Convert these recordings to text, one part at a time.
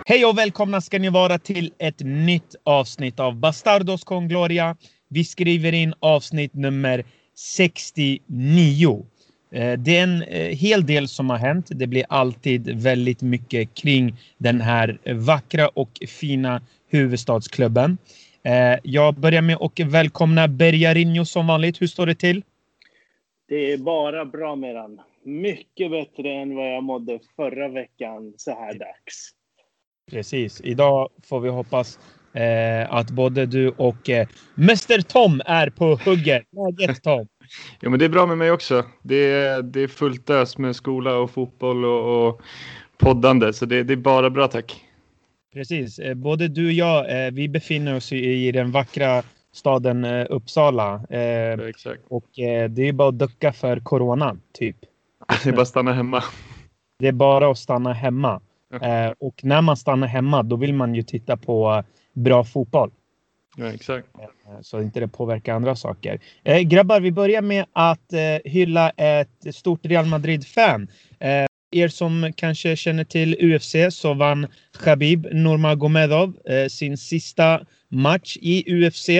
Hej och välkomna ska ni vara till ett nytt avsnitt av Bastardos con Gloria. Vi skriver in avsnitt nummer 69. Det är en hel del som har hänt. Det blir alltid väldigt mycket kring den här vackra och fina huvudstadsklubben. Jag börjar med att välkomna Bergarinho som vanligt. Hur står det till? Det är bara bra med den. Mycket bättre än vad jag mådde förra veckan så här dags. Precis. Idag får vi hoppas att både du och Mr. Tom är på hugget. Läget, Tom? Ja, men det är bra med mig också. Det är fullt ös med skola och fotboll och poddande. Så det är bara bra, tack. Precis. Både du och jag, vi befinner oss i den vackra staden Uppsala. Exakt. Och det är bara att ducka för corona, typ. Det är bara att stanna hemma. Det är bara att stanna hemma. Och när man stannar hemma, då vill man ju titta på bra fotboll. Ja, exakt. Så inte det påverkar andra saker. Grabbar, vi börjar med att hylla ett stort Real Madrid-fan. Er som kanske känner till UFC så vann Khabib Nurmagomedov sin sista match i UFC.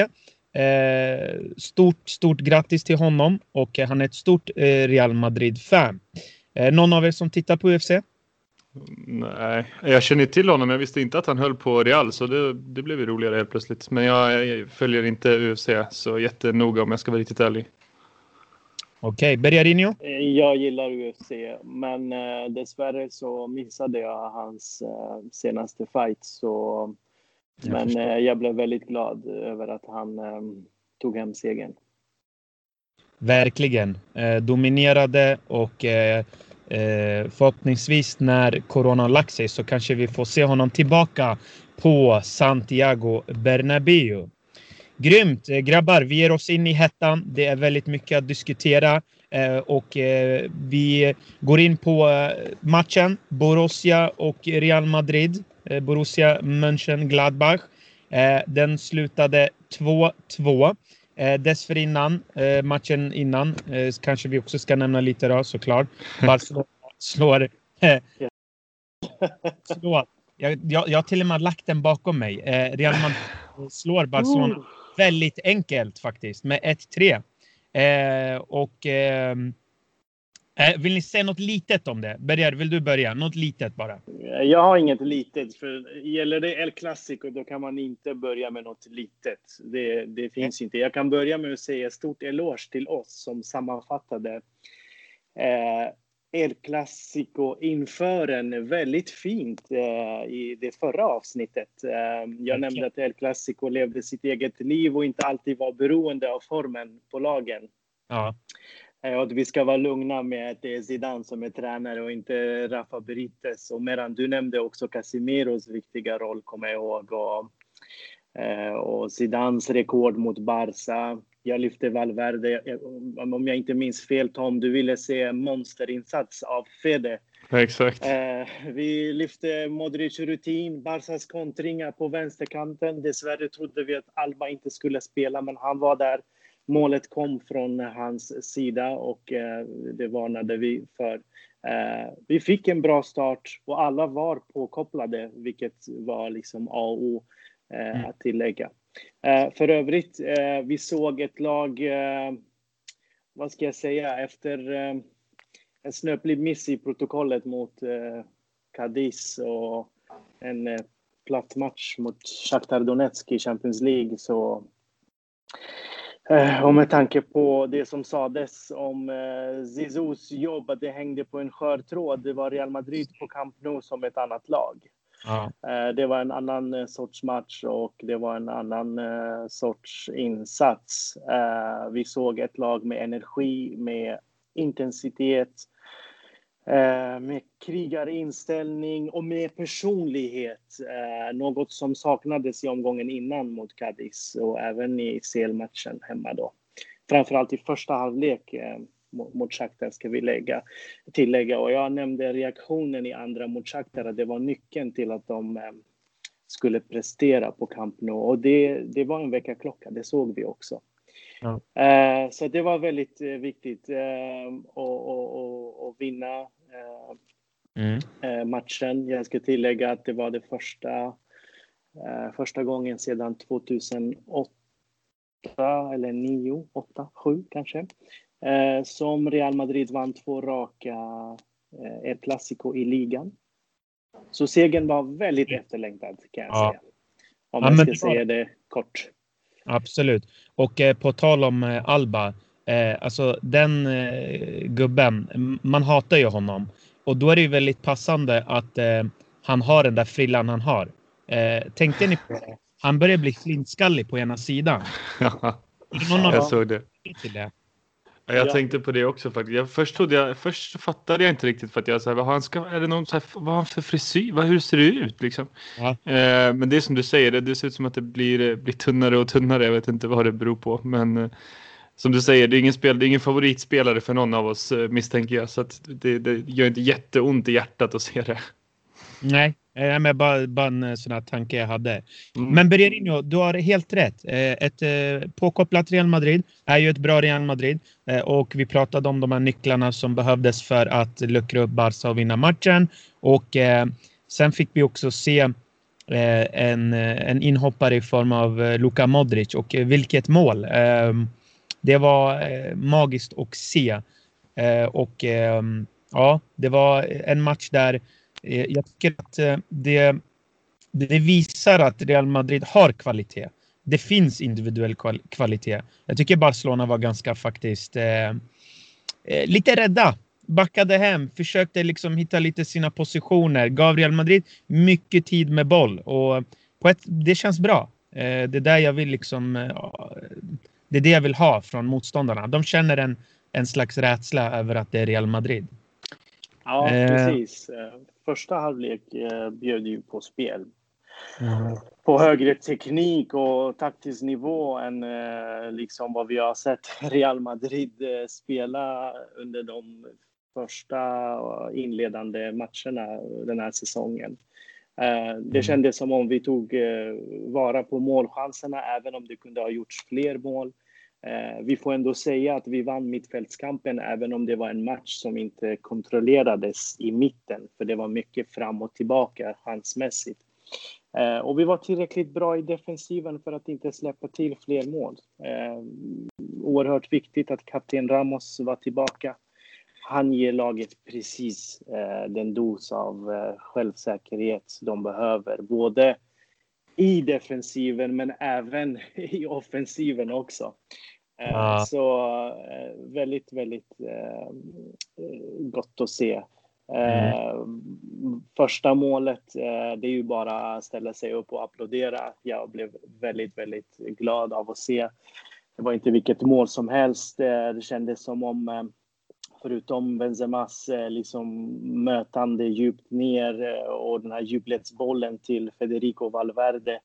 Stort grattis till honom, och han är ett stort Real Madrid-fan. Någon av er som tittar på UFC? Nej, jag känner till honom. Jag visste inte att han höll på Real, så det blev ju roligare helt plötsligt. Men jag följer inte UFC så jättenoga om jag ska vara riktigt ärlig. Okej, Bergarinho? Jag gillar UFC, men dessvärre så missade jag hans senaste fight. Men jag blev väldigt glad över att han tog hem segern. Verkligen. Dominerade, och förhoppningsvis när corona lagt sig så kanske vi får se honom tillbaka på Santiago Bernabéu. Grymt, grabbar, vi ger oss in i hettan. Det är väldigt mycket att diskutera, och vi går in på matchen Borussia och Real Madrid. Borussia Mönchengladbach. Den slutade 2-2. Dessförinnan, matchen innan, kanske vi också ska nämna lite då, såklart. Barcelona slår. Jag har till och med lagt den bakom mig. Real Madrid slår Barcelona väldigt enkelt faktiskt med 1-3. Vill ni säga något litet om det? Berger, vill du börja? Något litet bara. Jag har inget litet, för gäller det El Clasico då kan man inte börja med något litet. Det finns inte. Jag kan börja med att säga stort eloge till oss som sammanfattade El Clasico inför en väldigt fint i det förra avsnittet. Jag nämnde att El Clasico levde sitt eget liv och inte alltid var beroende av formen på lagen. Ja. Och vi ska vara lugna med att det är Zidane som är tränare och inte Rafa Benitez. Och medan du nämnde också Casemiros viktiga roll, kommer jag ihåg. Och Zidanes rekord mot Barca. Jag lyfte Valverde. Om jag inte minns fel, Tom, du ville se monsterinsats av Fede. Ja, exakt. Vi lyfte Modric rutin, Barcas kontringar på vänsterkanten. Dessvärre trodde vi att Alba inte skulle spela, men han var där. Målet kom från hans sida, och det varnade vi för. Vi fick en bra start och alla var påkopplade, vilket var liksom A och O att tillägga. För övrigt, vi såg ett lag, vad ska jag säga, efter en snöplig miss i protokollet mot Cadiz och en platt match mot Shakhtar Donetsk i Champions League, så och med tanke på det som sades om Zizous jobb, att det hängde på en skör tråd. Det var Real Madrid på Camp Nou som ett annat lag. Ja. Det var en annan sorts match och det var en annan sorts insats. Vi såg ett lag med energi, med intensitet, med krigarinställning och med personlighet. Något som saknades i omgången innan mot Cadiz och även i CL-matchen hemma då. Framförallt i första halvlek mot Shakhtar ska vi tillägga. Och jag nämnde reaktionen i andra mot Shakhtar. Det var nyckeln till att de skulle prestera på Camp Nou. Och det var en väckarklocka, det såg vi också. Ja. Så det var väldigt viktigt att vinna matchen. Jag ska tillägga att det var det första gången sedan 2008 eller 9, 8, 7 kanske. Som Real Madrid vann 2 raka El Clasico i ligan. Så segern var väldigt efterlängtad kan jag säga. Om jag ska säga det kort. Absolut. Och på tal om Alba. Alltså den gubben, man hatar ju honom. Och då är det ju väldigt passande att han har den där frillan han har. Tänkte ni på det? Han börjar bli flintskallig på ena sidan. Ja, jag såg det. Till det. Jag tänkte på det också faktiskt. Först fattade jag inte riktigt för att jag så här, är det någon så här, vad har han för frisyr? Hur ser det ut liksom? Ja. Men det är som du säger, det ser ut som att det blir tunnare och tunnare. Jag vet inte vad det beror på, men som du säger, det är ingen favoritspelare för någon av oss, misstänker jag, så att det gör inte jätteont i hjärtat att se det. Nej, men bara en sån här tanke jag hade. Men Bergerino, du har helt rätt. Ett påkopplat Real Madrid är ju ett bra Real Madrid. Och vi pratade om de här nycklarna som behövdes för att luckra upp Barca och vinna matchen. Och sen fick vi också se en inhoppare i form av Luka Modric. Och vilket mål! Det var magiskt att se. Och ja, det var en match där jag tycker att det visar att Real Madrid har kvalitet. Det finns individuell kvalitet. Jag tycker Barcelona var ganska faktiskt lite rädda. Backade hem, försökte liksom hitta lite sina positioner. Gav Real Madrid mycket tid med boll. Och det känns bra. Det är där jag vill liksom... Det är det jag vill ha från motståndarna. De känner en slags rädsla över att det är Real Madrid. Ja, precis. Första halvlek bjöd ju på spel. På högre teknik och taktisk nivå än liksom vad vi har sett Real Madrid spela under de första inledande matcherna den här säsongen. Det kändes som om vi tog vara på målchanserna även om det kunde ha gjorts fler mål. Vi får ändå säga att vi vann mittfältskampen även om det var en match som inte kontrollerades i mitten. För det var mycket fram och tillbaka chansmässigt. Och vi var tillräckligt bra i defensiven för att inte släppa till fler mål. Oerhört viktigt att kapten Ramos var tillbaka. Han ger laget precis den dos av självsäkerhet de behöver. Både i defensiven men även i offensiven också. Så väldigt, väldigt gott att se. Första målet, det är ju bara att ställa sig upp och applådera. Jag blev väldigt, väldigt glad av att se. Det var inte vilket mål som helst. Det kändes som om förutom Benzemas liksom mötande djupt ner och den här jubletsbollen till Federico Valverde.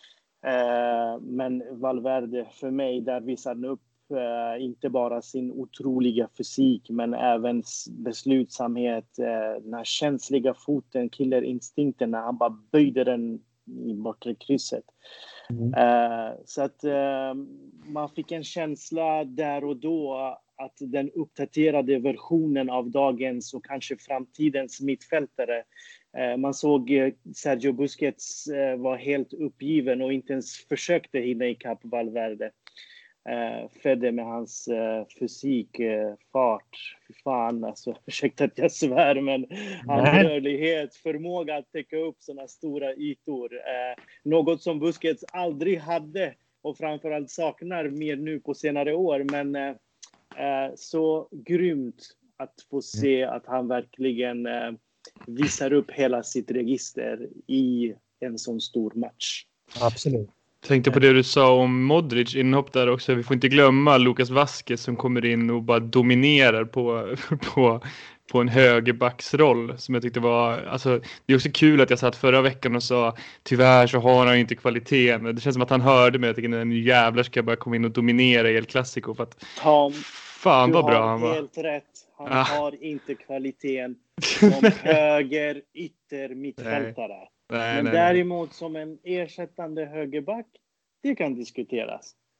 Men Valverde för mig, där visar han upp inte bara sin otroliga fysik men även beslutsamhet, den här känsliga foten, killerinstinkten när han bara böjde den i bortre krysset. Så att man fick en känsla där och då att den uppdaterade versionen av dagens och kanske framtidens mittfältare. Man såg Sergio Busquets var helt uppgiven och inte ens försökte hinna ikapp Valverde. Fedde med hans fysik, fart, fan alltså, ursäkta att jag svär, men hans rörlighet, förmåga att täcka upp sådana stora ytor. Något som Busquets aldrig hade och framförallt saknar mer nu på senare år, men så grymt att få se att han verkligen visar upp hela sitt register i en sån stor match. Absolut. Tänkte på det du sa om Modric inhopp där också. Vi får inte glömma Lucas Vázquez som kommer in och bara dominerar på en högerbacksroll som jag tyckte var, alltså det är också kul att jag satt förra veckan och sa tyvärr så har han inte kvaliteten. Det känns som att han hörde mig. Jag tycker nu jävlar ska jag bara komma in och dominera i El Clasico för att fan vad bra han var. Helt rätt. Han har inte kvaliteten som höger ytter mittfältare. Men däremot som en ersättande högerback, det kan diskuteras.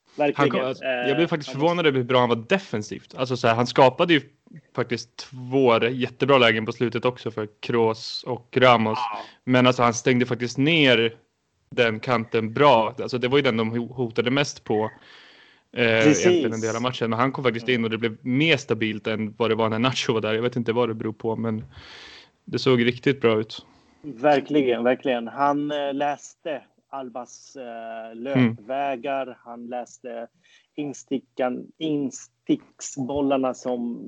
Verkligen. Jag blev faktiskt förvånad över hur bra han var defensivt. Alltså så här, han skapade ju faktiskt 2 jättebra lägen på slutet också för Kroos och Ramos. Men alltså han stängde faktiskt ner den kanten bra. Alltså det var ju den de hotade mest på egentligen en del av matchen. Men han kom faktiskt in och det blev mer stabilt än vad det var när Nacho var där. Jag vet inte vad det beror på, men det såg riktigt bra ut. Verkligen, verkligen. Han läste Albas löpvägar. Han läste insticksbollarna som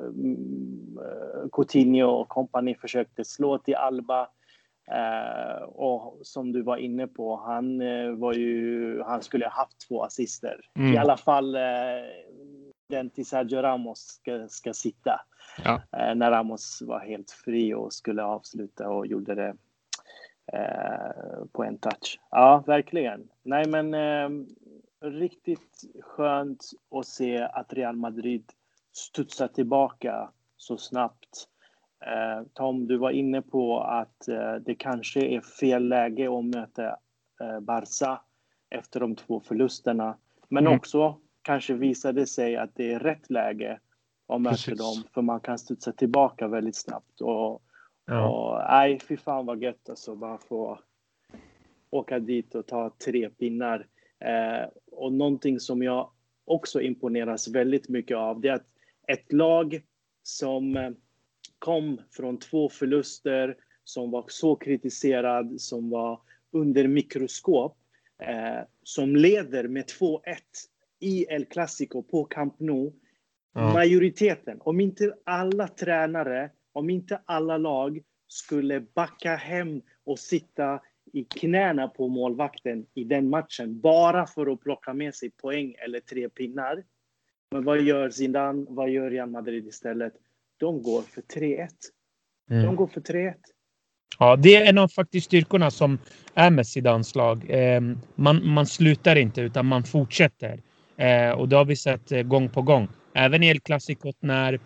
Coutinho och kompani försökte slå till Alba. Och som du var inne på, han skulle ha haft 2 assister. I alla fall den till Sergio Ramos ska sitta. Ja. När Ramos var helt fri och skulle avsluta och gjorde det på en touch. Ja, verkligen. Nej, men riktigt skönt att se att Real Madrid studsar tillbaka så snabbt. Tom, du var inne på att det kanske är fel läge att möta Barca efter de 2 förlusterna. Men också kanske visade sig att det är rätt läge att möta dem. För man kan studsa tillbaka väldigt snabbt. Och nej, fy fan vad gött alltså. Bara få åka dit och ta 3 pinnar. Och någonting som jag också imponeras väldigt mycket av, det är att ett lag som kom från 2 förluster, som var så kritiserad, som var under mikroskop, som leder med 2-1 i El Clasico på Camp Nou. Majoriteten, om inte alla tränare, om inte alla lag skulle backa hem och sitta i knäna på målvakten i den matchen bara för att plocka med sig poäng eller 3 pinnar. Men vad gör Zidane? Vad gör Real Madrid istället? De går för 3-1. De går för 3-1. Ja, det är en av faktiskt styrkorna som är med Zidanes lag. Man slutar inte utan man fortsätter. Och det har vi sett gång på gång. Även i El Clasico när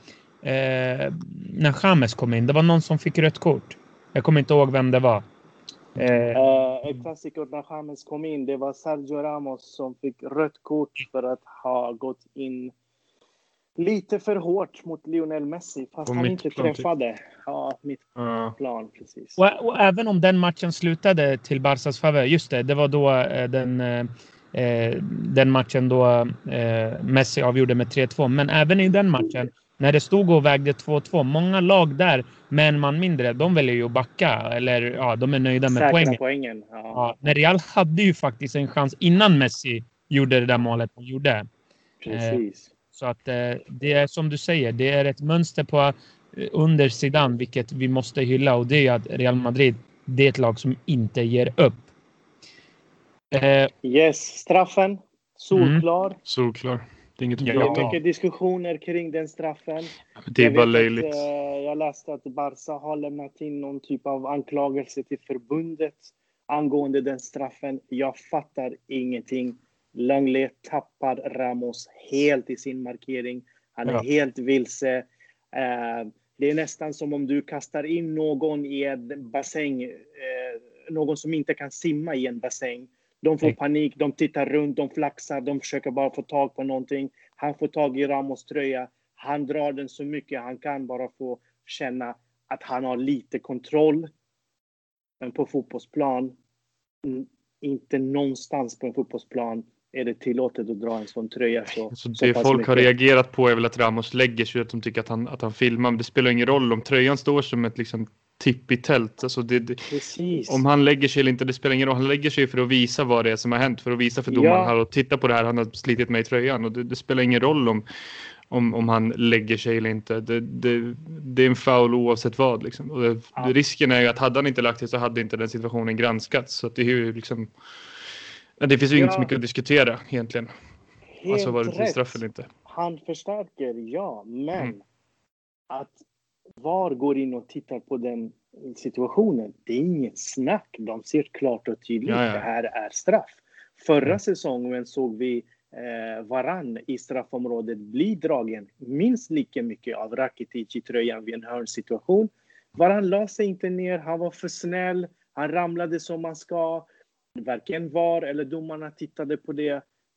James kom in. Det var någon som fick rött kort. Jag kommer inte ihåg vem det var. El Clasico när James kom in. Det var Sergio Ramos som fick rött kort för att ha gått in lite för hårt mot Lionel Messi. Fast han inte träffade. Ja, mitt plan, precis. Och även om den matchen slutade till Barças favör. Just det var då den matchen då Messi avgjorde med 3-2. Men även i den matchen, när det stod och vägde 2-2, många lag där med en man mindre, de väljer ju att backa. Eller de är nöjda med poängen. Ja. När Real hade ju faktiskt en chans innan Messi gjorde det där målet han gjorde. Precis. Så att det är som du säger, det är ett mönster på under Zidane, vilket vi måste hylla. Och det är att Real Madrid, det är ett lag som inte ger upp. Straffen. Solklar. Solklar. Det är inget Det är mycket diskussioner kring den straffen. Det är bara löjligt. Jag läste att Barca har lämnat in någon typ av anklagelse till förbundet angående den straffen. Jag fattar ingenting. Langley tappar Ramos helt i sin markering. Han är helt vilse. Det är nästan som om du kastar in någon i en bassäng. Någon som inte kan simma i en bassäng. De får panik, de tittar runt, de flaxar, de försöker bara få tag på någonting. Han får tag i Ramos tröja. Han drar den så mycket han kan, bara få känna att han har lite kontroll. Men på fotbollsplan, inte någonstans på en fotbollsplan är det tillåtet att dra en sån tröja. Så det folk har reagerat på är väl att Ramos lägger sig, att de tycker att han filmar. Men det spelar ingen roll om tröjan står som ett liksom tipp i tält. Alltså om han lägger sig eller inte, det spelar ingen roll. Han lägger sig för att visa vad det är som har hänt. För att visa för domaren här och titta på det här. Han har slitit med i tröjan. Och det spelar ingen roll om han lägger sig eller inte. Det är en foul oavsett vad. Liksom. Och risken är ju att hade han inte lagt sig så hade inte den situationen granskats. Så att det är ju liksom... Det finns ju inte så mycket att diskutera egentligen. Helt alltså var det till straff eller inte. Han förstärker, men att VAR går in och tittar på den situationen, det är inget snack. De ser klart och tydligt det här är straff. Förra säsongen såg vi Varane i straffområdet bli dragen minst lika mycket av Rakitic i tröjan vid en hörnsituation. Varane la sig inte ner, han var för snäll, han ramlade som man ska. Varken VAR eller domarna tittade på det.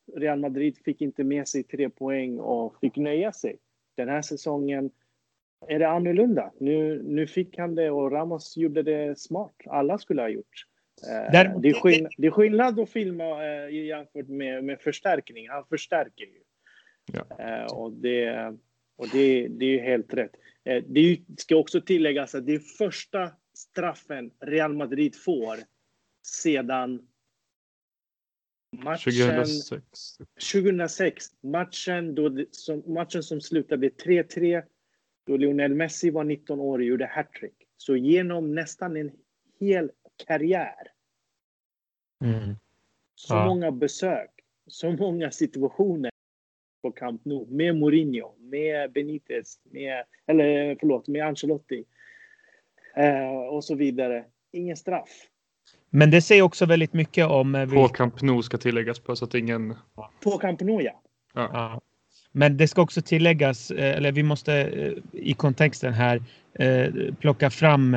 Real Madrid fick inte med sig 3 poäng och fick nöja sig. Den här säsongen är det annorlunda. Nu fick han det och Ramos gjorde det smart. Alla skulle ha gjort. Det är skillnad att filma jämfört med förstärkning. Han förstärker ju. Ja. Och det är ju helt rätt. Det ska också tilläggas att det är första straffen Real Madrid får sedan matchen 2006. Matchen som slutade 3-3 då Lionel Messi var 19 år och gjorde hattrick. Så genom nästan en hel karriär. Så många besök, så många situationer på Camp Nou med Mourinho, med Benitez, med Ancelotti och så vidare. Ingen straff. Men det säger också väldigt mycket om... På Camp Nou ska tilläggas på så att ingen... På Camp Nou, ja. Men det ska också tilläggas, eller vi måste i kontexten här plocka fram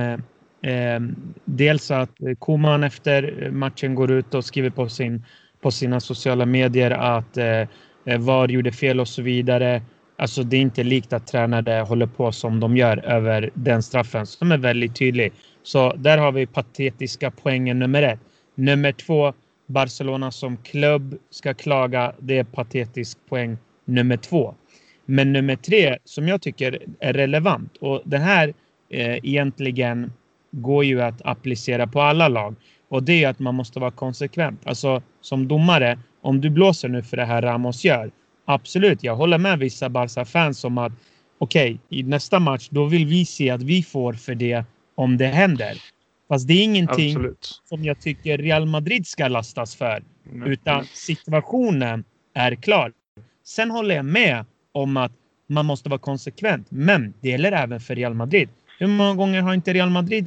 dels att Koeman efter matchen går ut och skriver på sina sociala medier att VAR gjorde fel och så vidare. Alltså det är inte likt att tränare håller på som de gör över den straffen som är väldigt tydlig. Så där har vi patetiska poängen nummer 1. Nummer 2, Barcelona som klubb ska klaga. Det är patetisk poäng nummer 2. Men nummer 3 som jag tycker är relevant. Och den här egentligen går ju att applicera på alla lag. Och det är att man måste vara konsekvent. Alltså som domare, om du blåser nu för det här Ramos gör. Absolut, jag håller med vissa Barca-fans om att okej, i nästa match då vill vi se att vi får för det om det händer. Fast det är ingenting som jag tycker Real Madrid ska lastas för. Utan situationen är klar. Sen håller jag med om att man måste vara konsekvent. Men det gäller även för Real Madrid. Hur många gånger har inte Real Madrid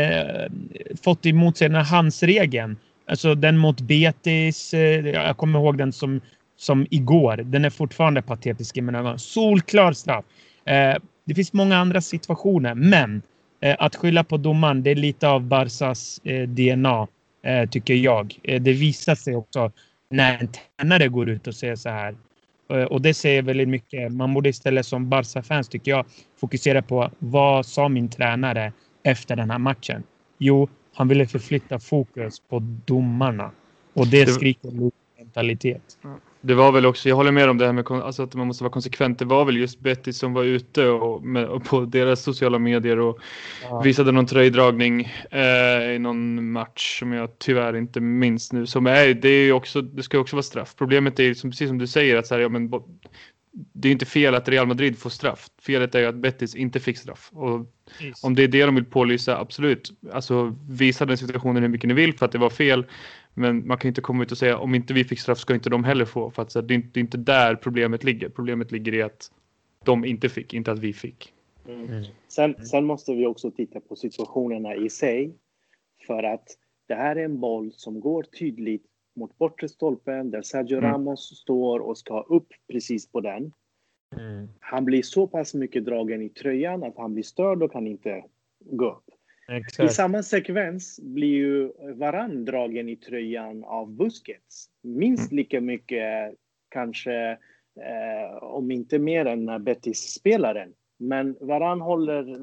fått emot sig den här handsregeln? Alltså den mot Betis. Jag kommer ihåg den som igår. Den är fortfarande patetisk i mina ögon. Solklar straff. Det finns många andra situationer. Men att skylla på domaren, det är lite av Barças DNA, tycker jag. Det visar sig också när en tränare går ut och säger så här. Och det säger väldigt mycket. Man borde istället som Barca-fans, tycker jag, fokusera på vad sa min tränare efter den här matchen. Jo, han ville förflytta fokus på domarna. Och det skriker mot mentalitet. Det var väl också, jag håller med om det här med alltså att man måste vara konsekvent. Det var väl just Betis som var ute och på deras sociala medier och visade någon tröjdragning i någon match som jag tyvärr inte minns nu. Det ska också vara straff. Problemet är precis som du säger att så här, det är inte fel att Real Madrid får straff. Felet är ju att Betis inte fick straff. Och om det är det de vill pålysa, absolut. Alltså visa den situationen hur mycket ni vill för att det var fel. Men man kan inte komma ut och säga om inte vi fick straff ska inte de heller få. För att så, det är inte där problemet ligger. Problemet ligger i att de inte fick, inte att vi fick. Sen måste vi också titta på situationerna i sig. För att det här är en boll som går tydligt mot bortre stolpen. Där Sergio Ramos står och ska upp precis på den. Han blir så pass mycket dragen i tröjan att han blir störd och kan inte gå upp. Exakt. I samma sekvens blir ju Varane dragen i tröjan av Busquets. Minst lika mycket kanske, om inte mer än Betis-spelaren. Men Varane håller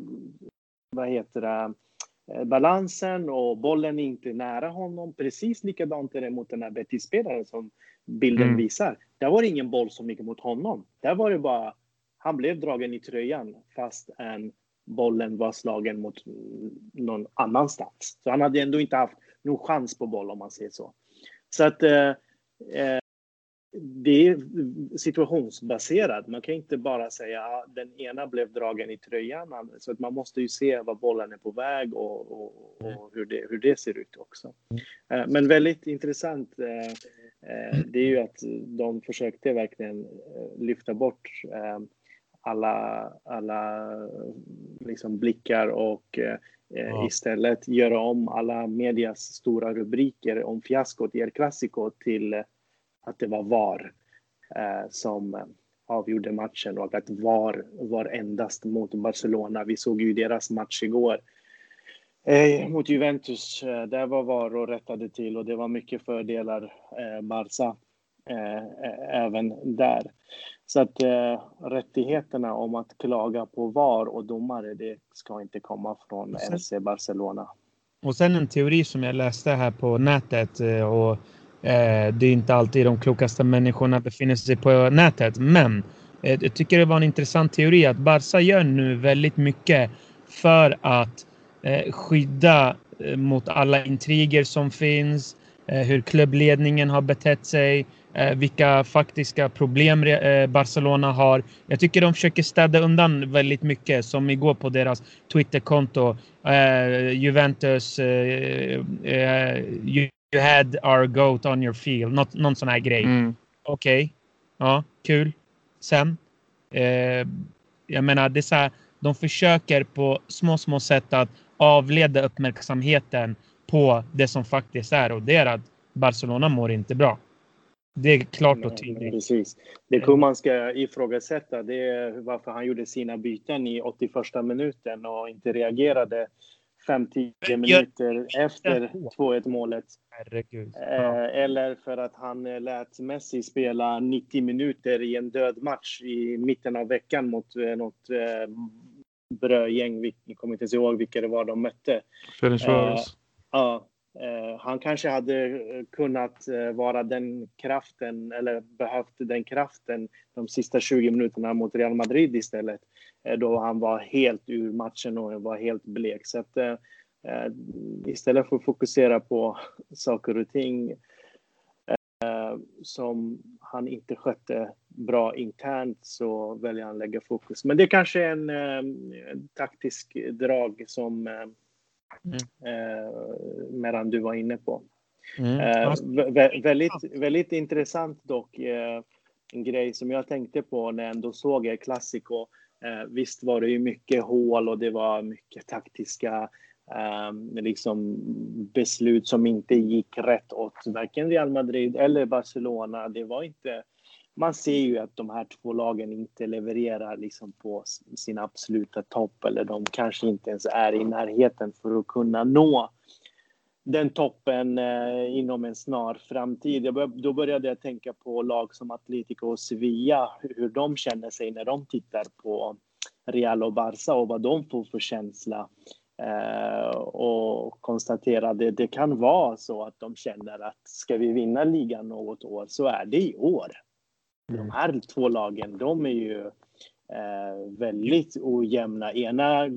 balansen och bollen är inte nära honom. Precis likadant är det mot den här Betis-spelaren som bilden visar. Där var det ingen boll som gick mot honom. Där var det bara, han blev dragen i tröjan fast bollen var slagen mot någon annanstans. Så han hade ändå inte haft någon chans på boll om man säger så. Så att det är situationsbaserat. Man kan inte bara säga att den ena blev dragen i tröjan. Så att man måste ju se var bollen är på väg och hur det ser ut också. Men väldigt intressant det är ju att de försökte verkligen lyfta bort alla liksom blickar och istället göra om alla medias stora rubriker om fiaskot i El Clasico till att det var VAR som avgjorde matchen och att VAR var endast mot Barcelona. Vi såg ju deras match igår mot Juventus. Där var VAR och rättade till och det var mycket fördelar Barca även där. Så att rättigheterna om att klaga på VAR och domare, det ska inte komma från FC Barcelona. Och sen en teori som jag läste här på nätet, och det är inte alltid de klokaste människorna befinner sig på nätet, men jag tycker det var en intressant teori att Barca gör nu väldigt mycket för att skydda mot alla intriger som finns, hur klubbledningen har betett sig, vilka faktiska problem Barcelona har. Jag tycker de försöker städa undan väldigt mycket, som igår på deras Twitterkonto. Juventus, you had our goat on your field. Någon sån här grej. Okej. Ja, kul. Sen, jag menar, det är så här, de försöker på små sätt att avleda uppmärksamheten på det som faktiskt är, och det är att Barcelona mår inte bra. Det är klart och tydligt. Precis. Det man ska ifrågasätta, det är varför han gjorde sina byten i 81:a minuten och inte reagerade 5-10 minuter efter 2-1 målet. Herregud. Eller för att han lät Messi spela 90 minuter i en död match i mitten av veckan mot något brödgäng. Vi kommer inte ihåg vilka det var de mötte. Han kanske hade kunnat vara den kraften, eller behövt den kraften de sista 20 minuterna mot Real Madrid istället. Då han var helt ur matchen och var helt blek. Så att istället för att fokusera på saker och ting som han inte skötte bra internt, så väljer han lägga fokus. Men det kanske är en taktisk drag som medan du var inne på. Väldigt intressant dock, en grej som jag tänkte på när jag ändå såg El Clasico. Visst var det ju mycket hål och det var mycket taktiska liksom beslut som inte gick rätt åt varken Real Madrid eller Barcelona. Det var inte, man ser ju att de här två lagen inte levererar liksom på sin absoluta topp, eller de kanske inte ens är i närheten för att kunna nå den toppen inom en snar framtid. Då började jag tänka på lag som Atletico och Sevilla, hur de känner sig när de tittar på Real och Barca och vad de får för känsla. Och konstaterade det kan vara så att de känner att ska vi vinna ligan något år så är det i år. De här två lagen, de är ju väldigt ojämna. Ena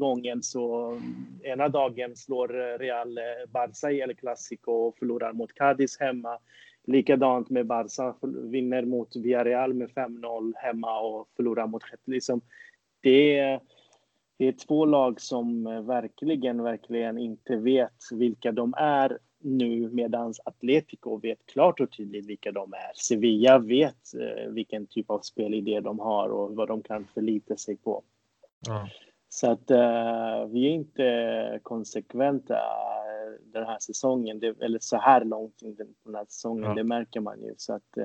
dagen slår Real Barca i El Clasico och förlorar mot Cádiz hemma. Likadant med Barca, vinner mot Villarreal med 5-0 hemma och förlorar mot liksom, det är två lag som verkligen inte vet vilka de är nu, medan Atletico vet klart och tydligt vilka de är. Sevilla vet vilken typ av spelidé de har och vad de kan förlita sig på. Så att vi är inte konsekventa den här säsongen, eller så här långt in den här säsongen, det märker man ju. Så att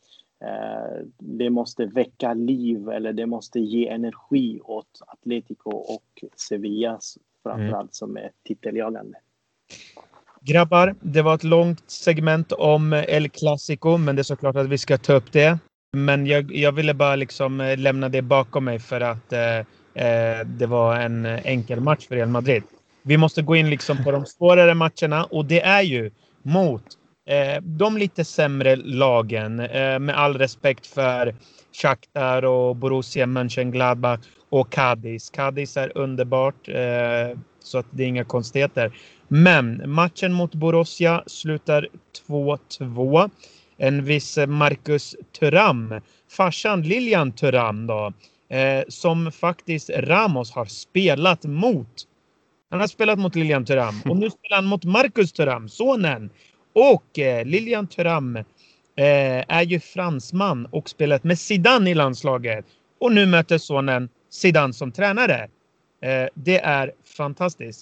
det måste väcka liv, eller det måste ge energi åt Atletico och Sevilla framförallt som är titeljagande. Grabbar, det var ett långt segment om El Clasico, men det är såklart att vi ska ta upp det. Men jag ville bara liksom lämna det bakom mig för att det var en enkel match för Real Madrid. Vi måste gå in liksom på de svårare matcherna, och det är ju mot de lite sämre lagen, med all respekt för Shakhtar och Borussia Mönchengladbach och Cádiz. Cádiz är underbart, så att det är inga konstigheter. Men matchen mot Borussia slutar 2-2. En viss Marcus Thuram, farsan Lilian Thuram då, som faktiskt Ramos har spelat mot. Han har spelat mot Lilian Thuram och nu spelar han mot Marcus Thuram, sonen. Och Lilian Thuram är ju fransman och spelat med Zidane i landslaget. Och nu möter sonen Zidane som tränare. Det är fantastiskt.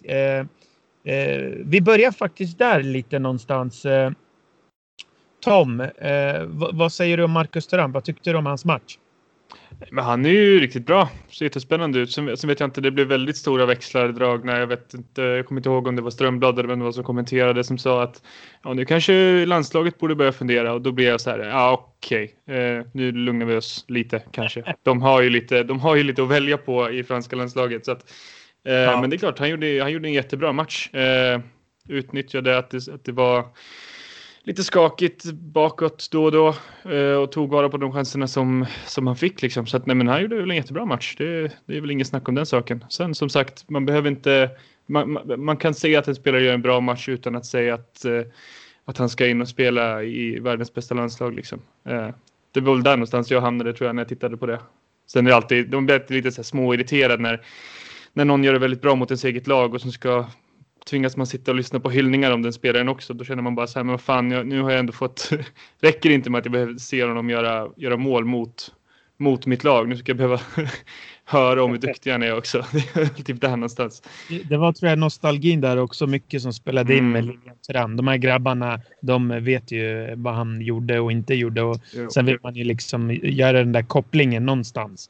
Vi börjar faktiskt där lite någonstans. Tom, vad säger du om Marcus Thuram? Vad tyckte du om hans match? Men han är ju riktigt bra. Ser jättespännande ut. Sen vet jag inte, det blev väldigt stora växlar dragna. Jag kommer inte ihåg om det var Strömblad eller vem det var som kommenterade som sa att nu kanske landslaget borde börja fundera. Och då blev jag så här, okej. Nu lugnar vi oss lite kanske. De har ju lite att välja på i franska landslaget. Så att, men det är klart, han gjorde en jättebra match. Utnyttjade att det var lite skakigt bakåt då och då och tog vara på de chanserna som han fick liksom. Så att nej, men han gjorde väl en jättebra match. Det är väl inget snack om den saken. Sen som sagt, man behöver inte man kan säga att en spelare gör en bra match utan att säga att han ska in och spela i världens bästa landslag liksom. Det var väl där någonstans jag hamnade, tror jag, när jag tittade på det. Sen är det alltid, de blir lite så här småirriterade när någon gör det väldigt bra mot ens eget lag och som ska tvingas man sitta och lyssna på hyllningar om den spelaren också. Då känner man bara så här, men vad fan, nu har jag ändå fått räcker inte med att jag behöver se honom göra mål mot mitt lag. Nu ska jag behöva höra om hur duktig han är också. Det är typ där någonstans. Det var, tror jag, nostalgin där också mycket som spelade in med Lilian Thuram. De här grabbarna, de vet ju vad han gjorde och inte gjorde. Och sen vill man ju liksom göra den där kopplingen någonstans.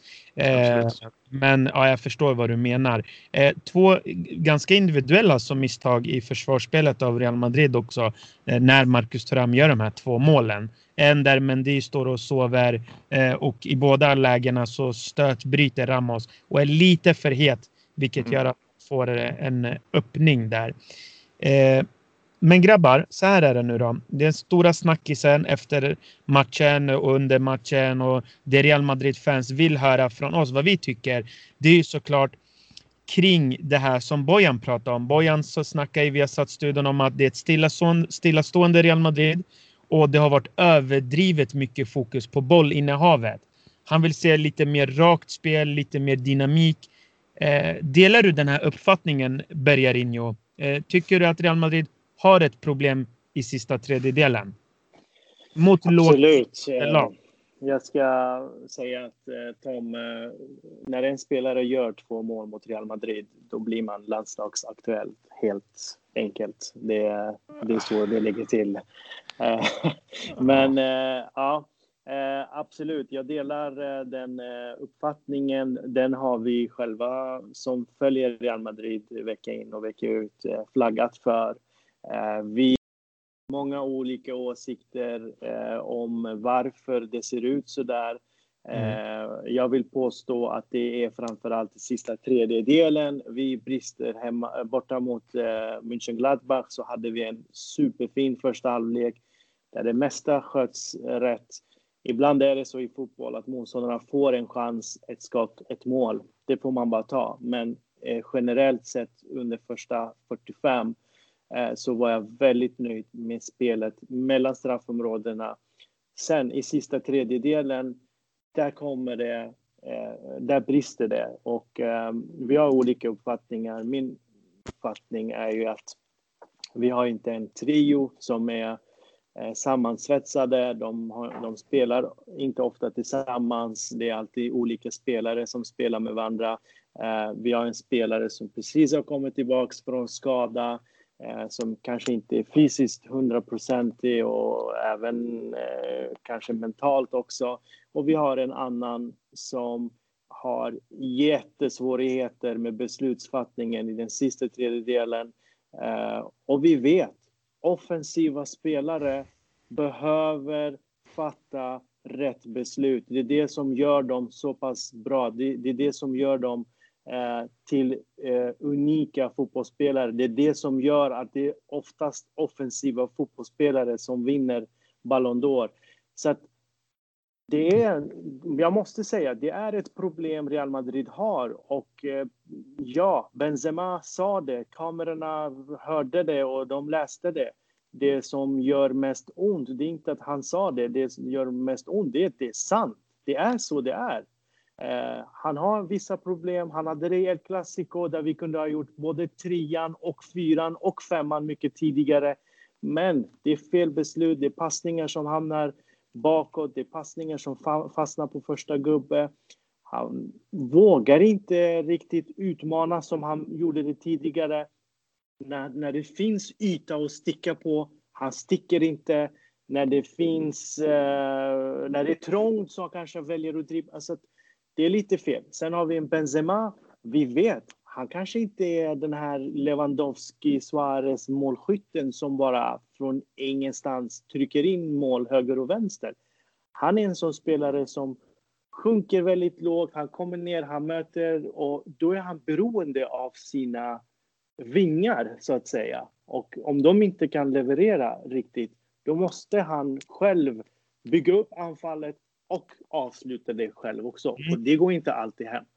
Men ja, jag förstår vad du menar. 2 ganska individuella som misstag i försvarsspelet av Real Madrid också. När Marcus Thuram gör de här 2 målen. En där Mendy står och sover och i båda lägena så stötbryter Ramos och är lite för het, vilket gör att man får en öppning där. Men grabbar, så här är det nu då. Det är stora snackisen efter matchen och under matchen och det Real Madrid-fans vill höra från oss vad vi tycker. Det är ju såklart kring det här som Bojan pratade om. Bojan så snackar i Viasat-studion om att det är ett stillastående Real Madrid. Och det har varit överdrivet mycket fokus på bollinnehavet. Han vill se lite mer rakt spel, lite mer dynamik. Delar du den här uppfattningen, Bergarinho? Tycker du att Real Madrid har ett problem i sista tredjedelen? Absolut. Jag ska säga att Tom, när en spelare gör 2 mål mot Real Madrid, då blir man landslagsaktuell helt enkelt. Det är så det ligger till. Men absolut, jag delar den uppfattningen. Den har vi själva som följer Real Madrid vecka in och vecka ut flaggat för. Vi har många olika åsikter om varför det ser ut så där. Jag vill påstå att det är framförallt i sista tredjedelen. Vi brister borta mot Mönchengladbach, så hade vi en superfin första halvlek där det mesta sköts rätt. Ibland är det så i fotboll att motståndarna får en chans, ett skott, ett mål. Det får man bara ta. Men generellt sett under första 45 så var jag väldigt nöjd med spelet mellan straffområdena. Sen i sista tredjedelen, där brister det. Och vi har olika uppfattningar. Min uppfattning är ju att vi har inte en trio som är sammansvetsade. De spelar inte ofta tillsammans. Det är alltid olika spelare som spelar med varandra. Vi har en spelare som precis har kommit tillbaka från skada, som kanske inte är fysiskt 100% och även kanske mentalt också. Och vi har en annan som har jättesvårigheter med beslutsfattningen i den sista tredjedelen. Och vi vet, offensiva spelare behöver fatta rätt beslut. Det är det som gör dem så pass bra. Det är det som gör dem till unika fotbollsspelare. Det är det som gör att det är oftast offensiva fotbollsspelare som vinner Ballon d'Or. Så att jag måste säga, det är ett problem Real Madrid har. Och Benzema sa det, kamerorna hörde det och de läste det. Det som gör mest ont, det är inte att han sa det. Det som gör mest ont, det är att det är sant. Det är så det är. Han har vissa problem. Han hade det i El Clasico där vi kunde ha gjort både 3:an och 4:an och 5:an mycket tidigare. Men det är fel beslut. Det är passningar som hamnar bakåt. Det är passningar som fastnar på första gubbe. Han vågar inte riktigt utmana som han gjorde det tidigare. När det finns yta att sticka på. Han sticker inte. när det finns, när det är trångt så kanske väljer att dribbla. Alltså, det är lite fel. Sen har vi en Benzema, vi vet, han kanske inte är den här Lewandowski, Suarez målskytten som bara från ingenstans trycker in mål höger och vänster. Han är en sån spelare som sjunker väldigt lågt, han kommer ner, han möter och då är han beroende av sina vingar så att säga. Och om de inte kan leverera riktigt, då måste han själv bygga upp anfallet och avsluta det själv också. Och det går inte alltid hem.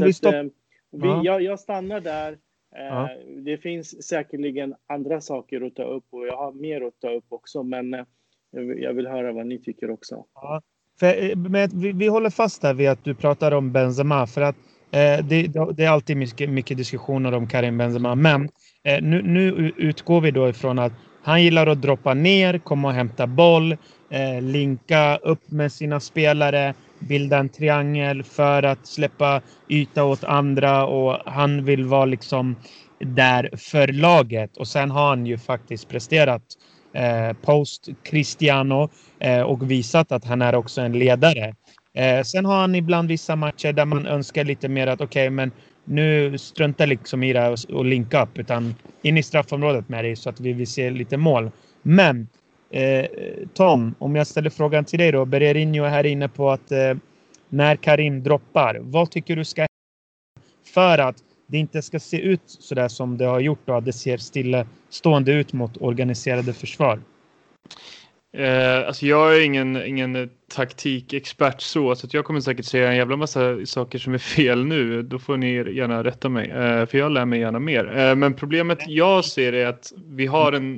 Jag stannar där. Det finns säkerligen andra saker att ta upp och jag har mer att ta upp också. Men jag vill höra vad ni tycker också. Ja, men vi håller fast där vid att du pratar om Benzema. För att det är alltid mycket diskussioner om Karim Benzema. Men nu utgår vi då ifrån att han gillar att droppa ner, komma och hämta boll, linka upp med sina spelare, bilda en triangel för att släppa yta åt andra och han vill vara liksom där för laget. Och sen har han ju faktiskt presterat post Cristiano och visat att han är också en ledare. Sen har han ibland vissa matcher där man önskar lite mer att okej, men nu struntar liksom i det och linka upp utan in i straffområdet med dig så att vi vill se lite mål. Men Tom, om jag ställer frågan till dig då, Bererinho är här inne på att när Karim droppar, vad tycker du ska för att det inte ska se ut så där som det har gjort då, att det ser stillastående ut mot organiserade försvar? Alltså jag är ingen taktikexpert så att jag kommer säkert säga en jävla massa saker som är fel nu. Då får ni gärna rätta mig, för jag lär mig gärna mer. Men problemet jag ser är att vi har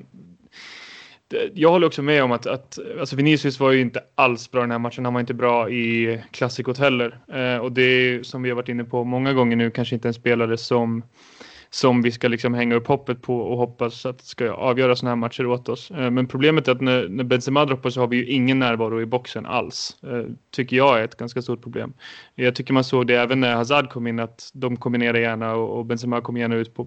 jag håller också med om att alltså Vinicius var ju inte alls bra den här matchen. Han var inte bra i Klassikot heller. Och det är, som vi har varit inne på många gånger nu, kanske inte en spelare som vi ska liksom hänga upp hoppet på och hoppas att ska avgöra såna här matcher åt oss. Men problemet är att när Benzema droppar så har vi ju ingen närvaro i boxen alls. Tycker jag är ett ganska stort problem. Jag tycker man såg det även när Hazard kom in, att de kombinerar gärna och Benzema kom gärna ut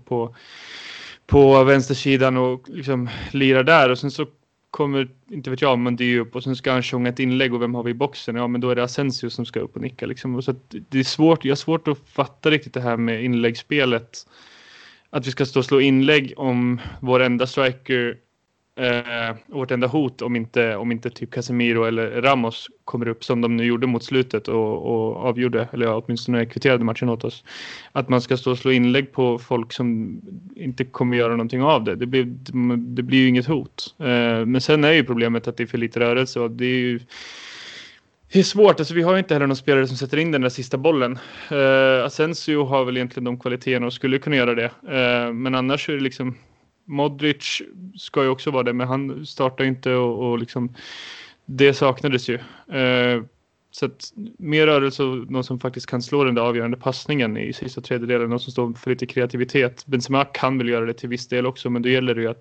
på vänstersidan och liksom lirar där. Och sen så kommer, inte vet jag, men det är upp och sen ska han sjunga ett inlägg och vem har vi i boxen? Ja, men då är det Asensio som ska upp och nicka liksom. Och så att det är svårt, jag har svårt att fatta riktigt det här med inläggsspelet. Att vi ska stå och slå inlägg om vår enda striker vårt enda hot om inte typ Casemiro eller Ramos kommer upp som de nu gjorde mot slutet och avgjorde, eller åtminstone kvitterade matchen åt oss. Att man ska stå och slå inlägg på folk som inte kommer göra någonting av det. Det blir ju inget hot. Men sen är ju problemet att det är för lite rörelse och det är ju svårt. Alltså vi har ju inte heller någon spelare som sätter in den där sista bollen. Asensio har väl egentligen de kvaliteterna och skulle kunna göra det. Men annars är det liksom Modric ska ju också vara det, men han startar inte och liksom det saknades ju. Så att mer rörelse och någon som faktiskt kan slå den där avgörande passningen i sista tredjedelen, någon som står för lite kreativitet. Benzema kan väl göra det till viss del också, men då gäller det ju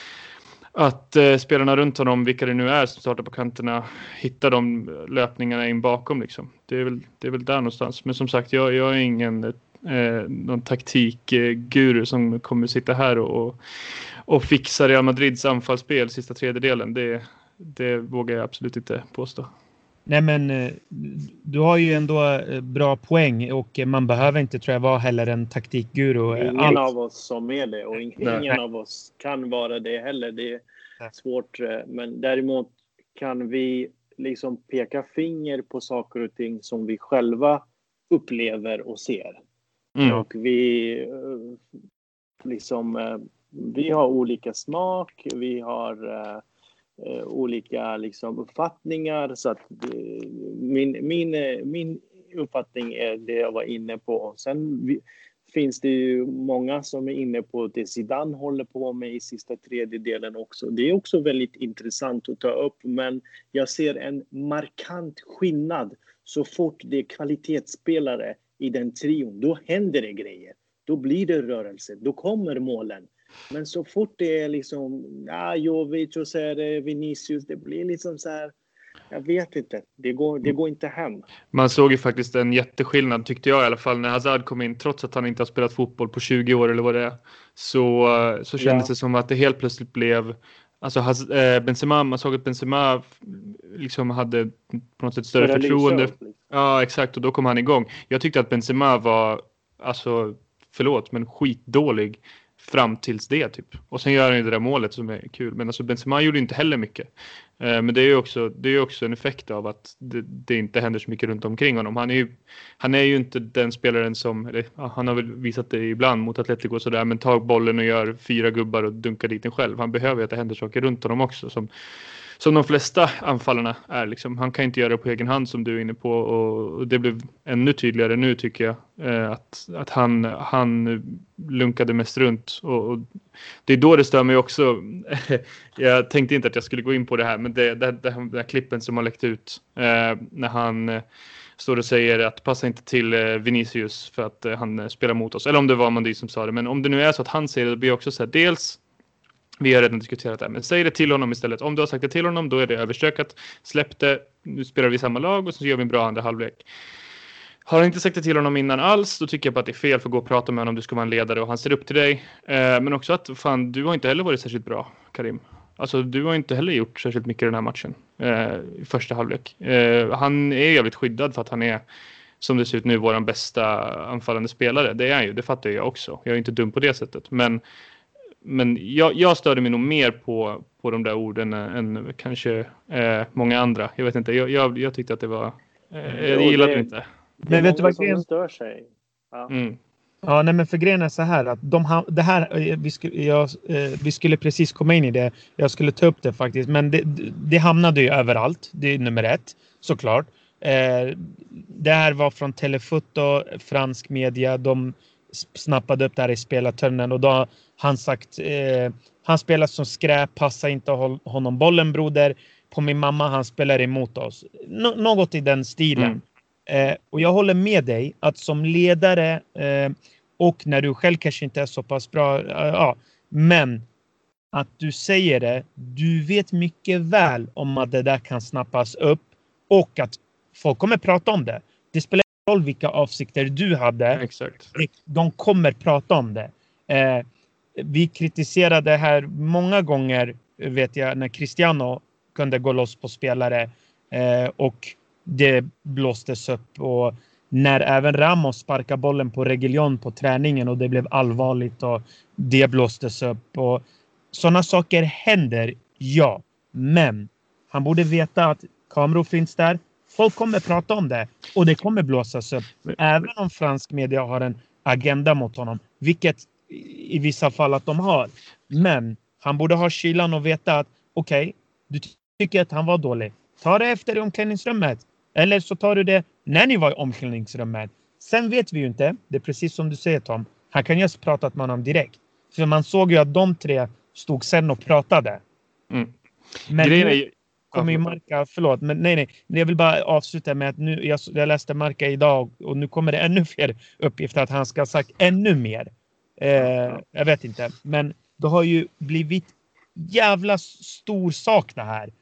att spelarna runt honom, vilka det nu är som startar på kanterna, hittar de löpningarna in bakom liksom. Det är väl där någonstans. Men som sagt, jag är ingen någon taktikguru som kommer sitta här och fixa Real Madrids anfallsspel sista tredjedelen. Det vågar jag absolut inte påstå. Nej, men du har ju ändå bra poäng och man behöver inte, tror jag, vara heller en taktikguru. Ingen av oss som är det och ingen av oss kan vara det heller. Det är svårt, men däremot kan vi liksom peka finger på saker och ting som vi själva upplever och ser. Och vi har olika smak, vi har olika liksom uppfattningar, så att min uppfattning är det jag var inne på. Sen finns det ju många som är inne på det Zidane håller på med i sista tredjedelen också. Det är också väldigt intressant att ta upp, men jag ser en markant skillnad så fort det är kvalitetsspelare i den trion. Då händer det grejer. Då blir det rörelse. Då kommer målen. Men så fort det är liksom Jovic och så är det Vinicius, det blir liksom så här, jag vet inte. Det går inte hem. Man såg ju faktiskt en jätteskillnad, tyckte jag i alla fall, när Hazard kom in, trots att han inte har spelat fotboll på 20 år eller vad det är. Så kändes det som att det helt plötsligt blev Alltså Benzema, man såg att Benzema liksom hade på något sätt större förtroende. Ja, exakt. Och då kom han igång. Jag tyckte att Benzema var, alltså, förlåt, men skitdålig fram tills det typ. Och sen gör han ju det där målet som är kul. Men alltså Benzema gjorde inte heller mycket. Men det är ju också en effekt av att det inte händer så mycket runt omkring honom. Han är ju inte den spelaren som, eller, han har väl visat det ibland mot Atletico och sådär, men tar bollen och gör 4 gubbar och dunkar dit den själv. Han behöver ju att det händer saker runt honom också, som de flesta anfallarna är liksom. Han kan inte göra det på egen hand som du är inne på, och det blev ännu tydligare nu tycker jag, att han lunkade mest runt, och det är då det stör mig också. Jag tänkte inte att jag skulle gå in på det här, men den här klippen som har läckt ut när han står och säger att passa inte till Vinicius för att han spelar mot oss, eller om det var Mandy som sa det, men om det nu är så att han säger det, då blir jag också så här, dels vi har redan diskuterat det här, men säg det till honom istället. Om du har sagt det till honom, då är det överstökat. Släpp det, nu spelar vi samma lag och så gör vi en bra andra halvlek. Har han inte sagt det till honom innan alls, då tycker jag på att det är fel för att gå och prata med honom om du ska vara en ledare och han ser upp till dig. Men också att, fan, du har inte heller varit särskilt bra, Karim. Alltså, du har inte heller gjort särskilt mycket i den här matchen i första halvlek. Han är jävligt skyddad för att han är, som det ser ut nu, våran bästa anfallande spelare. Det är han ju, det fattar jag också. Jag är inte dum på det sättet, men jag störde mig nog mer på de där orden än kanske många andra. Jag vet inte, jag tyckte att det var... jag gillade det inte. Men vet du vad som stör sig? Ja. Ja, nej, men för grejen är så här att det här, vi skulle precis komma in i det. Jag skulle ta upp det faktiskt, men det hamnade ju överallt. Det är nummer 1, såklart. Det här var från Telefoto, fransk media. De snappade upp det här i spelartunneln, och då har han sagt han spelar som skräp, passa inte honom bollen, broder. På min mamma, han spelar emot oss. Något i den stilen. Och jag håller med dig att som ledare och när du själv kanske inte är så pass bra, men att du säger det, du vet mycket väl om att det där kan snappas upp och att folk kommer prata om det. Det spelar ingen roll vilka avsikter du hade. Exakt. De kommer prata om det. Vi kritiserade här många gånger, vet jag, när Cristiano kunde gå loss på spelare och det blåstes upp, och när även Ramos sparkade bollen på Reguilón på träningen och det blev allvarligt och det blåstes upp, och sådana saker händer, ja, men han borde veta att kameror finns där, folk kommer prata om det och det kommer blåsas upp, även om fransk media har en agenda mot honom, vilket i vissa fall att de har, men han borde ha kylan och veta att okej, du tycker att han var dålig, ta det efter i omklädningsrummet. Eller så tar du det när ni var i omklädningsrummet. Sen vet vi ju inte. Det är precis som du säger, Tom. Han kan ju ha pratat med honom direkt. För man såg ju att de 3 stod sen och pratade. Men nu kommer ju Marca... Förlåt, men nej. Jag vill bara avsluta med att nu... Jag läste Marca idag och nu kommer det ännu fler uppgifter att han ska ha sagt ännu mer. Jag vet inte. Men det har ju blivit jävla stor sak det här.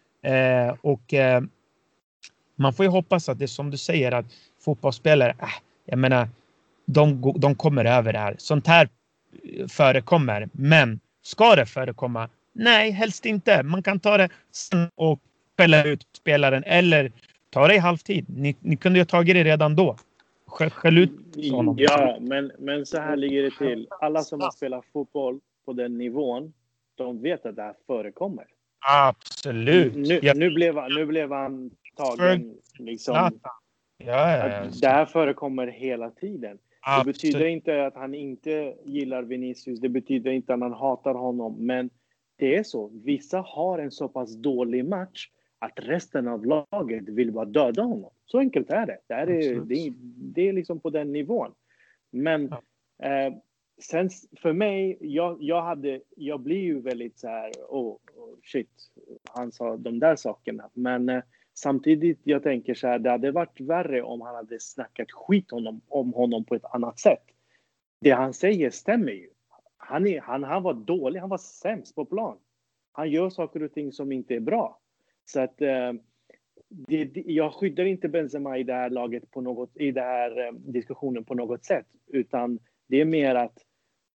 Man får ju hoppas att det är som du säger, att fotbollsspelare, jag menar, de kommer över det här. Sånt här förekommer, men ska det förekomma? Nej, helst inte. Man kan ta det och skälla ut spelaren eller ta det i halvtid. Ni kunde ju ha tagit det redan då. Skäll ut honom. Ja, men så här ligger det till. Alla som har spelat fotboll på den nivån, de vet att det här förekommer. Absolut. Nu blev han tagen liksom. Ja. Det här förekommer hela tiden. Absolut. Det betyder inte att han inte gillar Vinicius. Det betyder inte att han hatar honom. Men det är så. Vissa har en så pass dålig match att resten av laget vill bara döda honom. Så enkelt är det. Det är liksom på den nivån. Men sen för mig, jag blir ju väldigt så här, shit, han sa de där sakerna. Men samtidigt, jag tänker så här, det hade varit värre om han hade snackat skit om honom på ett annat sätt. Det han säger stämmer ju. Han var dålig, han var sämst på plan. Han gör saker och ting som inte är bra. Så att jag skyddar inte Benzema i det här laget i det här diskussionen på något sätt. Utan det är mer att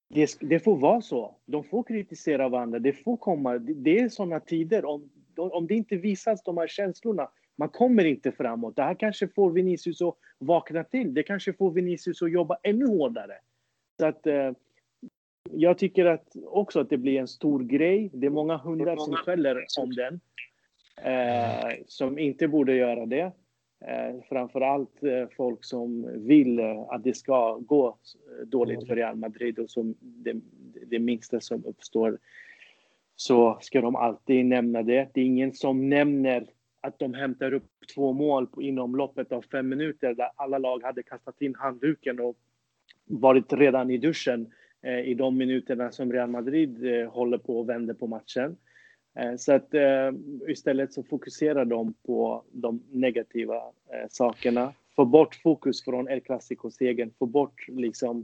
Det får vara så. De får kritisera varandra. Det får komma. Det är sådana tider. Om det inte visas de här känslorna, man kommer inte framåt. Det här kanske får Vinicius att vakna till. Det kanske får Vinicius att jobba ännu hårdare. Så att jag tycker också att det blir en stor grej. Det är många hundar som skäller om den. Som inte borde göra det. Framförallt folk som vill att det ska gå dåligt för Real Madrid, och som det minsta som uppstår så ska de alltid nämna det. Det är ingen som nämner att de hämtar upp 2 mål inom loppet av 5 minuter där alla lag hade kastat in handduken och varit redan i duschen i de minuterna som Real Madrid håller på och vänder på matchen. Så att istället så fokuserar de på de negativa sakerna. Få bort fokus från El Clasico-segern. Få bort liksom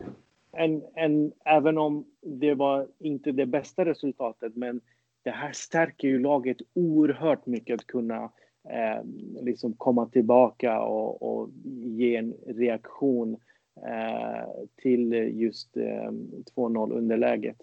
även om det var inte det bästa resultatet, men det här stärker ju laget oerhört mycket att kunna liksom komma tillbaka och ge en reaktion till just 2-0 underläget.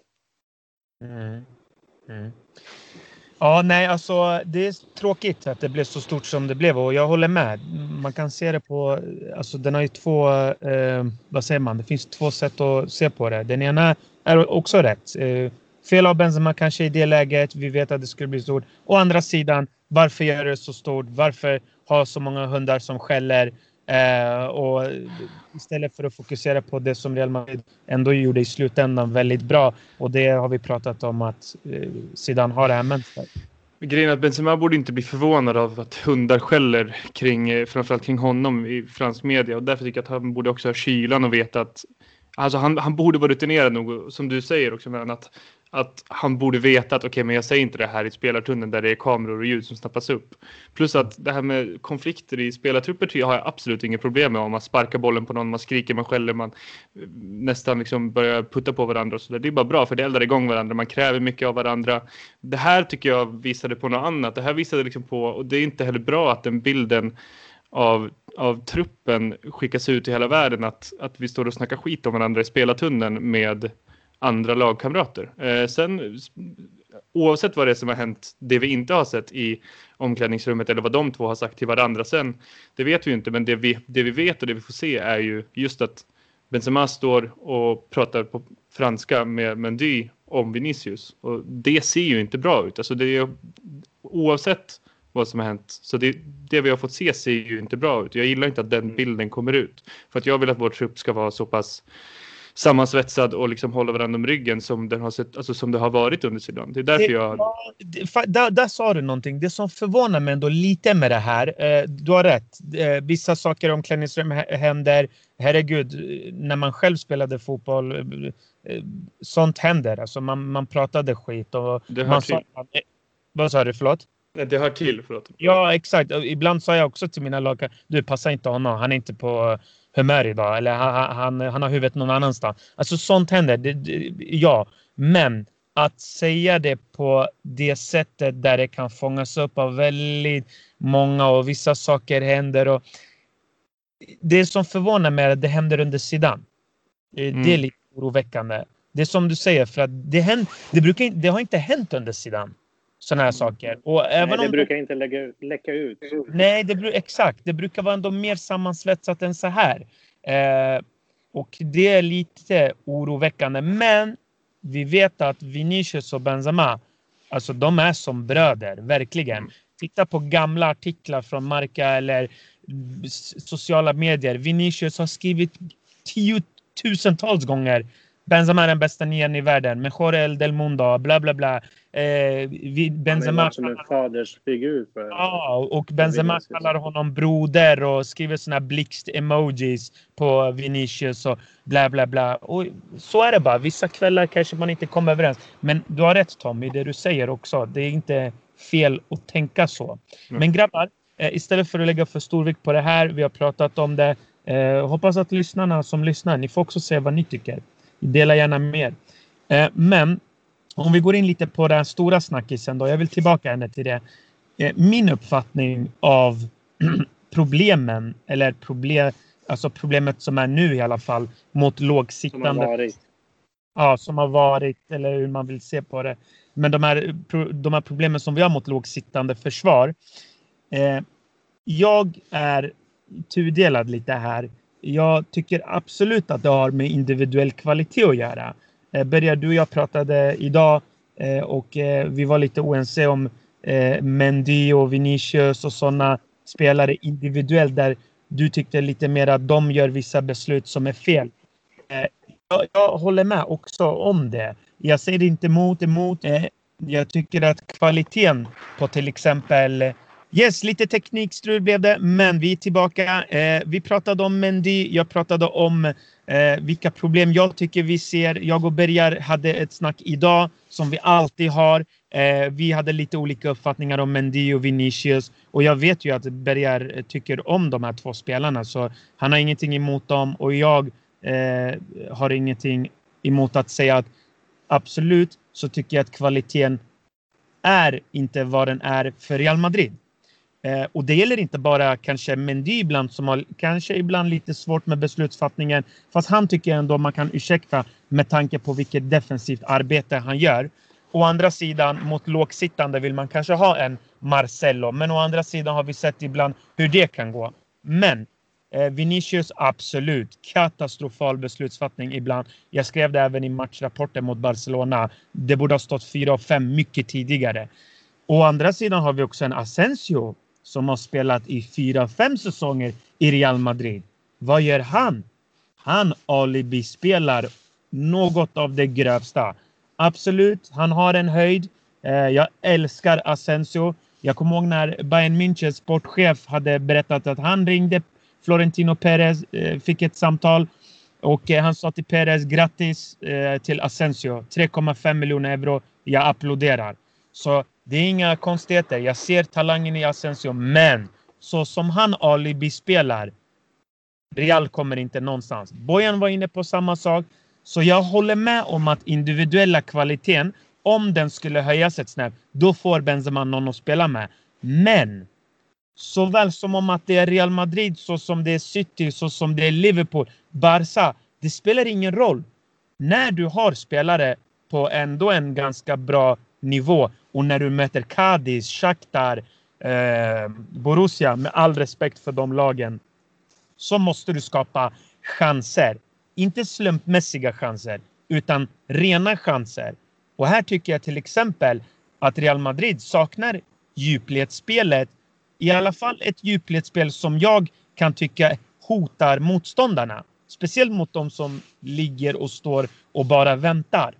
Ja, nej, alltså det är tråkigt att det blev så stort som det blev, och jag håller med. Man kan se det på, alltså den har ju 2, vad säger man, det finns 2 sätt att se på det. Den ena är också rätt. Fel av Benzema kanske i det läget, vi vet att det skulle bli stort. Å andra sidan, varför gör det så stort? Varför har så många hundar som skäller? Och istället för att fokusera på det som Real Madrid ändå gjorde i slutändan väldigt bra, och det har vi pratat om att Zidane har det här mönstret. Grejen är att Benzema borde inte bli förvånad av att hundar skäller framförallt kring honom i fransk media, och därför tycker jag att han borde också ha kylan och veta att alltså han borde vara rutinerad nog, som du säger också, men att han borde veta att okej, men jag säger inte det här i spelartunneln där det är kameror och ljud som snappas upp. Plus att det här med konflikter i spelartrupper har jag absolut inget problem med. Om man sparkar bollen på någon, man skriker, man skäller, man nästan liksom börjar putta på varandra och så där. Det är bara bra, för det eldar igång varandra. Man kräver mycket av varandra. Det här tycker jag visade på något annat. Det här visade liksom på, och det är inte heller bra att den bilden av truppen skickas ut i hela världen, att vi står och snackar skit om varandra i spelartunneln med andra lagkamrater. Sen oavsett vad det är som har hänt, det vi inte har sett i omklädningsrummet eller vad de två har sagt till varandra sen, det vet vi ju inte, men det vi vet och det vi får se är ju just att Benzema står och pratar på franska med Mendy om Vinicius, och det ser ju inte bra ut. Alltså det är, oavsett vad som har hänt, så det vi har fått se ser ju inte bra ut. Jag gillar inte att den bilden kommer ut, för att jag vill att vår trupp ska vara så pass sammansvetsad och liksom hålla varandra om ryggen som den har sett, alltså som det har varit under sidan. Det är därför där sa du någonting. Det som förvånar mig ändå lite med det här, du har rätt. Vissa saker om omklädningsrum händer. Herregud, när man själv spelade fotboll, sånt händer. Alltså man pratade skit och man sa, vad sa du, förlåt? Det hör till, förlåt. Ja, exakt. Ibland sa jag också till mina lag, du passar inte honom, han är inte på humör idag, eller han har huvudet någon annanstans. Alltså sånt händer, ja. Men att säga det på det sättet där det kan fångas upp av väldigt många och vissa saker händer, och det som förvånar mig är att det händer under Zidane. Det är lite oroväckande. Det är som du säger, för att det har inte hänt under Zidane, såna här saker. Och även det brukar inte läcka ut. Nej, exakt. Det brukar vara ändå mer sammansvetsat än så här. Och det är lite oroväckande. Men vi vet att Vinicius och Benzema, alltså de är som bröder, verkligen. Titta på gamla artiklar från Marca eller sociala medier. Vinicius har skrivit 10,000-tals gånger: Benzema är den bästa nian i världen, Mejor el del mundo, bla bla bla. Benzema som en fadersfigur för. Ja, och Benzema kallar honom broder och skriver såna blixt-emojis på Vinicius och bla bla bla. Och så är det bara. Vissa kvällar kanske man inte kommer överens. Men du har rätt, Tom, i det du säger också. Det är inte fel att tänka så. Men grabbar, istället för att lägga för stor vikt på det här, vi har pratat om det. Hoppas att lyssnarna som lyssnar, ni får också säga vad ni tycker. Dela gärna mer. Men om vi går in lite på den stora snackisen då. Jag vill tillbaka henne till det. Min uppfattning av problemen, eller problemet som är nu i alla fall, mot lågsittande. Ja, som har varit, eller hur man vill se på det. Men de här problemen som vi har mot lågsittande försvar. Jag är tudelad lite här. Jag tycker absolut att det har med individuell kvalitet att göra. Börjar du och jag pratade idag och vi var lite oense om Mendy och Vinicius och sådana spelare individuellt där du tyckte lite mer att de gör vissa beslut som är fel. Jag håller med också om det. Jag säger det inte emot. Jag tycker att kvaliteten på till exempel... lite teknikstrul blev det, men vi är tillbaka. Vi pratade om Mendy. Jag pratade om vilka problem jag tycker vi ser. Jag och Bergar hade ett snack idag som vi alltid har. Vi hade lite olika uppfattningar om Mendy och Vinicius. Och jag vet ju att Bergar tycker om de här två spelarna. Så han har ingenting emot dem. Och jag har ingenting emot att säga att absolut så tycker jag att kvaliteten är inte vad den är för Real Madrid. Och det gäller inte bara kanske Mendy ibland som har kanske ibland lite svårt med beslutsfattningen. Fast han tycker ändå man kan ursäkta med tanke på vilket defensivt arbete han gör. Å andra sidan mot lågsittande vill man kanske ha en Marcelo. Men å andra sidan har vi sett ibland hur det kan gå. Men Vinicius absolut katastrofal beslutsfattning ibland. Jag skrev det även i matchrapporten mot Barcelona. Det borde ha stått 4-5 mycket tidigare. Å andra sidan har vi också en Asensio som har spelat i 4-5 säsonger i Real Madrid. Vad gör han? Han alibi-spelar något av det grövsta. Absolut, han har en höjd. Jag älskar Asensio. Jag kommer ihåg när Bayern Münchens sportchef hade berättat att han ringde Florentino Perez, fick ett samtal. Och han sa till Perez, grattis till Asensio. 3,5 miljoner euro. Jag applåderar. Så det är inga konstigheter. Jag ser talangen i Asensio. Men så som han alibi spelar, Real kommer inte någonstans. Bojan var inne på samma sak. Så jag håller med om att individuella kvaliteten, om den skulle höjas ett snäpp, då får Benzema någon att spela med. Men såväl som om att det är Real Madrid, så som det är City, så som det är Liverpool, Barca, det spelar ingen roll. När du har spelare på ändå en ganska bra nivå och när du möter Cadiz, Shakhtar, Borussia, med all respekt för de lagen, så måste du skapa chanser. Inte slumpmässiga chanser, utan rena chanser. Och här tycker jag till exempel att Real Madrid saknar djupledsspelet. I alla fall ett djupledsspel som jag kan tycka hotar motståndarna. Speciellt mot de som ligger och står och bara väntar.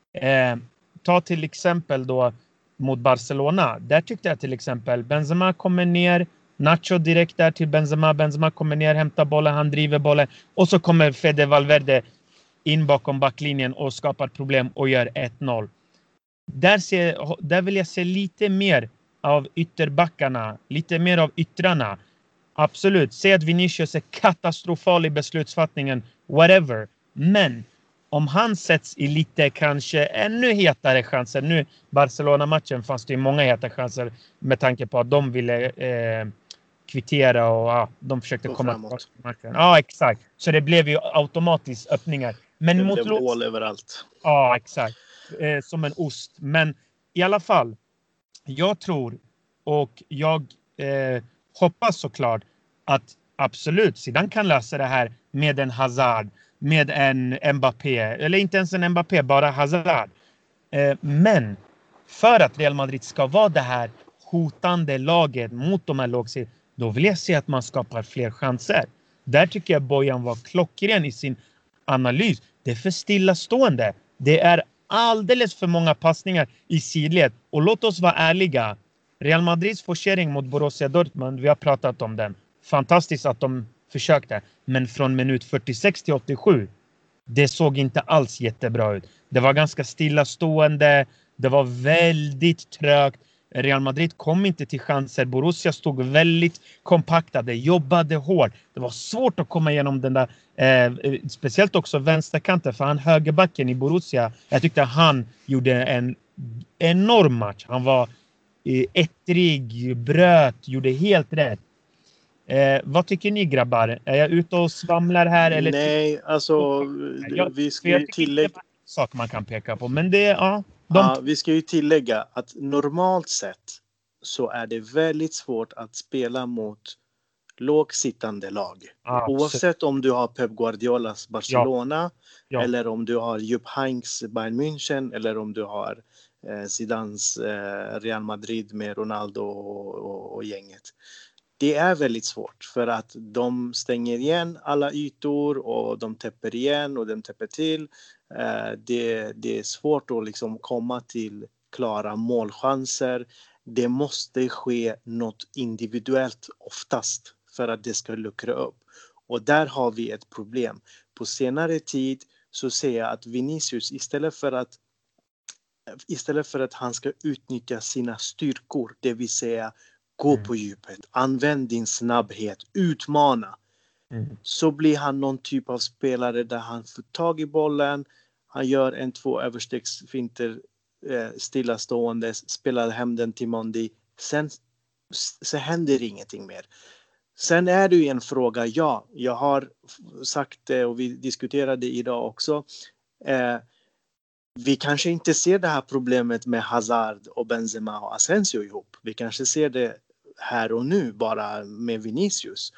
Ta till exempel då mot Barcelona. Där tyckte jag till exempel Benzema kommer ner. Nacho direkt där till Benzema. Benzema kommer ner, hämtar bollen, han driver bollen. Och så kommer Fede Valverde in bakom backlinjen och skapar problem och gör 1-0. Där vill jag se lite mer av ytterbackarna. Lite mer av yttrarna. Absolut. Se att Vinicius är katastrofal i beslutsfattningen. Whatever. Men om han sätts i lite kanske ännu hetare chanser. Nu Barcelona-matchen fanns det ju många heta chanser med tanke på att de ville kvittera och de försökte komma tillbaka till matchen. Ja, exakt. Så det blev ju automatiskt öppningar. Men det mot blev mål överallt. Ja, exakt. Som en ost. Men i alla fall, jag tror och jag hoppas såklart att absolut Zidane kan lösa det här med en Hazard, med en Mbappé, eller inte ens en Mbappé, bara Hazard. Men för att Real Madrid ska vara det här hotande laget mot de här lågsidorna, då vill jag se att man skapar fler chanser. Där tycker jag Bojan var klockren i sin analys. Det är för stillastående. Det är alldeles för många passningar i sidled. Och låt oss vara ärliga. Real Madrids forcering mot Borussia Dortmund, vi har pratat om den. Fantastiskt att de försökte. Men från minut 46 till 87, det såg inte alls jättebra ut. Det var ganska stillastående. Det var väldigt trögt. Real Madrid kom inte till chanser. Borussia stod väldigt kompaktade, jobbade hårt. Det var svårt att komma igenom den där, speciellt också vänsterkanten, för han högerbacken i Borussia. Jag tyckte han gjorde en enorm match. Han var ettrig, bröt, gjorde helt rätt. Vad tycker ni, grabbar? Är jag ute och svamlar här? Eller Nej, alltså vi ska ju tillägga... sak man kan peka på. Men det, vi ska ju tillägga att normalt sett så är det väldigt svårt att spela mot lågsittande lag. Oavsett om du har Pep Guardiolas Barcelona eller om du har Jupp Heynckes Bayern München eller om du har Zidanes Real Madrid med Ronaldo och gänget. Det är väldigt svårt för att de stänger igen alla ytor och de täpper igen och de täpper till. Det är svårt att liksom komma till klara målchanser. Det måste ske något individuellt oftast för att det ska luckra upp. Och där har vi ett problem. På senare tid så ser jag att Vinicius istället för att han ska utnyttja sina styrkor, det vill säga gå på djupet, använd din snabbhet, utmana. Så blir han någon typ av spelare där han får tag i bollen, han gör 1-2 överstegsfinter stillastående, spelar hem den till Mondi. Sen så händer ingenting mer. Sen är det ju en fråga, jag har sagt det och vi diskuterade idag också. Vi kanske inte ser det här problemet med Hazard och Benzema och Asensio ihop. Vi kanske ser det här och nu bara med Vinicius.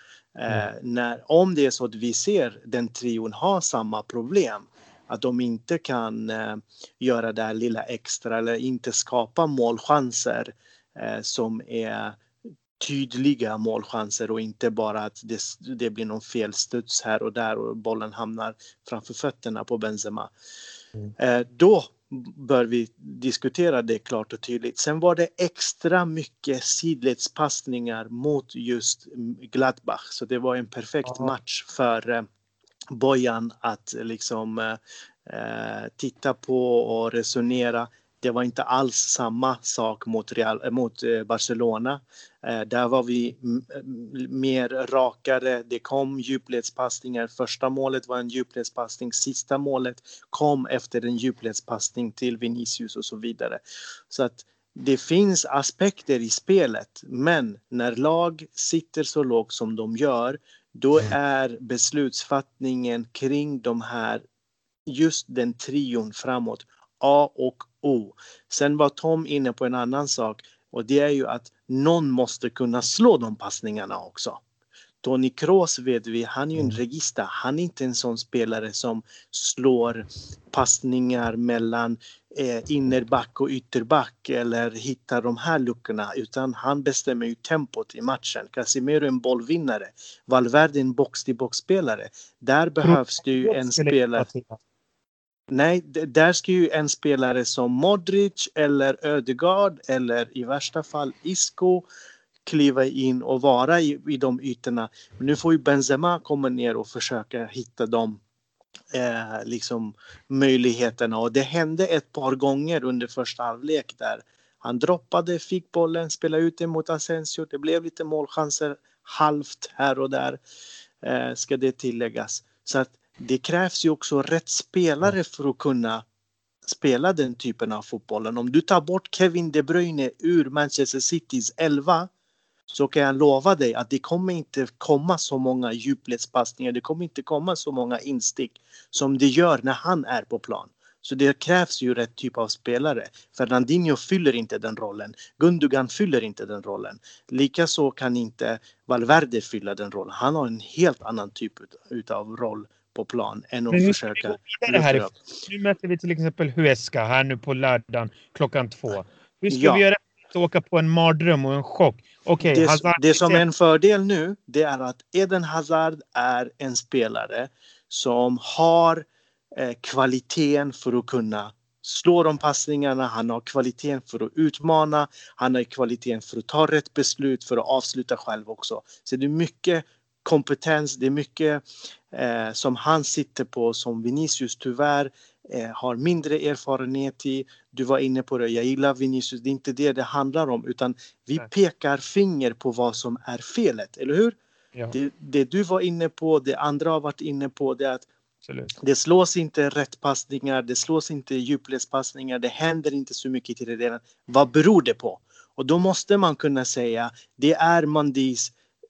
Om det är så att vi ser den trion ha samma problem, att de inte kan göra det här lilla extra eller inte skapa målchanser som är tydliga målchanser och inte bara att det blir någon felstuds här och där och bollen hamnar framför fötterna på Benzema. Då bör vi diskutera det klart och tydligt. Sen var det extra mycket sidledspassningar mot just Gladbach. Så det var en perfekt match för Bojan att liksom titta på och resonera. Det var inte alls samma sak mot Barcelona. Där var vi mer rakare. Det kom djupledspassningar. Första målet var en djupledspassning. Sista målet kom efter en djupledspassning till Vinicius och så vidare. Så att det finns aspekter i spelet. Men när lag sitter så lågt som de gör, då är beslutsfattningen kring de här, just den trion framåt, A och O. Sen var Tom inne på en annan sak, och det är ju att någon måste kunna slå de passningarna också. Toni Kroos vet vi, han är ju en regista. Han är inte en sån spelare som slår passningar mellan innerback och ytterback eller hittar de här luckorna, utan han bestämmer ju tempot i matchen. Casemiro är en bollvinnare. Valverde är en box-till-box-spelare. Där behövs det ju en spelare. Nej, där ska ju en spelare som Modric eller Ödegaard eller i värsta fall Isco kliva in och vara i de ytorna. Men nu får ju Benzema komma ner och försöka hitta de liksom möjligheterna. Och det hände ett par gånger under första halvlek där han droppade, fick bollen, spelade ut den mot Asensio. Det blev lite målchanser halvt här och där, ska det tilläggas. Så att det krävs ju också rätt spelare för att kunna spela den typen av fotbollen. Om du tar bort Kevin De Bruyne ur Manchester Citys 11, så kan jag lova dig att det kommer inte komma så många djupledspassningar. Det kommer inte komma så många instick som det gör när han är på plan. Så det krävs ju rätt typ av spelare. Fernandinho fyller inte den rollen. Gundogan fyller inte den rollen. Likaså kan inte Valverde fylla den rollen. Han har en helt annan typ av roll på plan än att försöka luckra upp. Nu möter vi till exempel Huesca här nu på lördagen klockan 2. Hur ska vi göra att åka på en mardröm och en chock? Okay, det som är en fördel nu, det är att Eden Hazard är en spelare som har kvaliteten för att kunna slå de passningarna. Han har kvaliteten för att utmana. Han har kvaliteten för att ta rätt beslut, för att avsluta själv också. Så det är mycket kompetens, det är mycket som han sitter på som Vinicius tyvärr har mindre erfarenhet i. Du var inne på det, jag gillar Vinicius, det är inte det handlar om, utan vi pekar finger på vad som är felet, eller hur? Ja. Det du var inne på, det andra har varit inne på, det är att det slås inte rätt passningar, det slås inte djupledspassningar, det händer inte så mycket till det. Vad beror det på? Och då måste man kunna säga, det är Mondis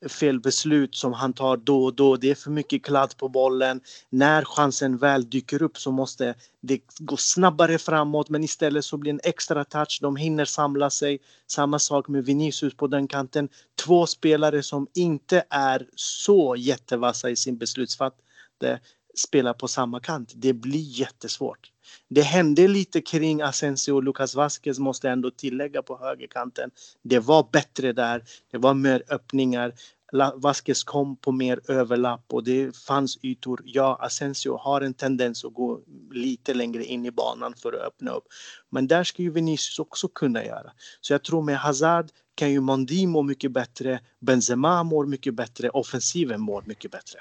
fel beslut som han tar då och då. Det är för mycket kladd på bollen. När chansen väl dyker upp så måste det gå snabbare framåt, men istället så blir det en extra touch. De hinner samla sig. Samma sak med Vinicius på den kanten. 2 spelare som inte är så jättevassa i sin beslutsfattande spelar på samma kant. Det blir jättesvårt. Det hände lite kring Asensio och Lucas Vázquez, måste ändå tillägga, på högerkanten. Det var bättre där. Det var mer öppningar. Vázquez kom på mer överlapp och det fanns ytor. Ja, Asensio har en tendens att gå lite längre in i banan för att öppna upp. Men där ska ju Vinicius också kunna göra. Så jag tror med Hazard kan ju Mendy må mycket bättre. Benzema mår mycket bättre. Offensiven mår mycket bättre.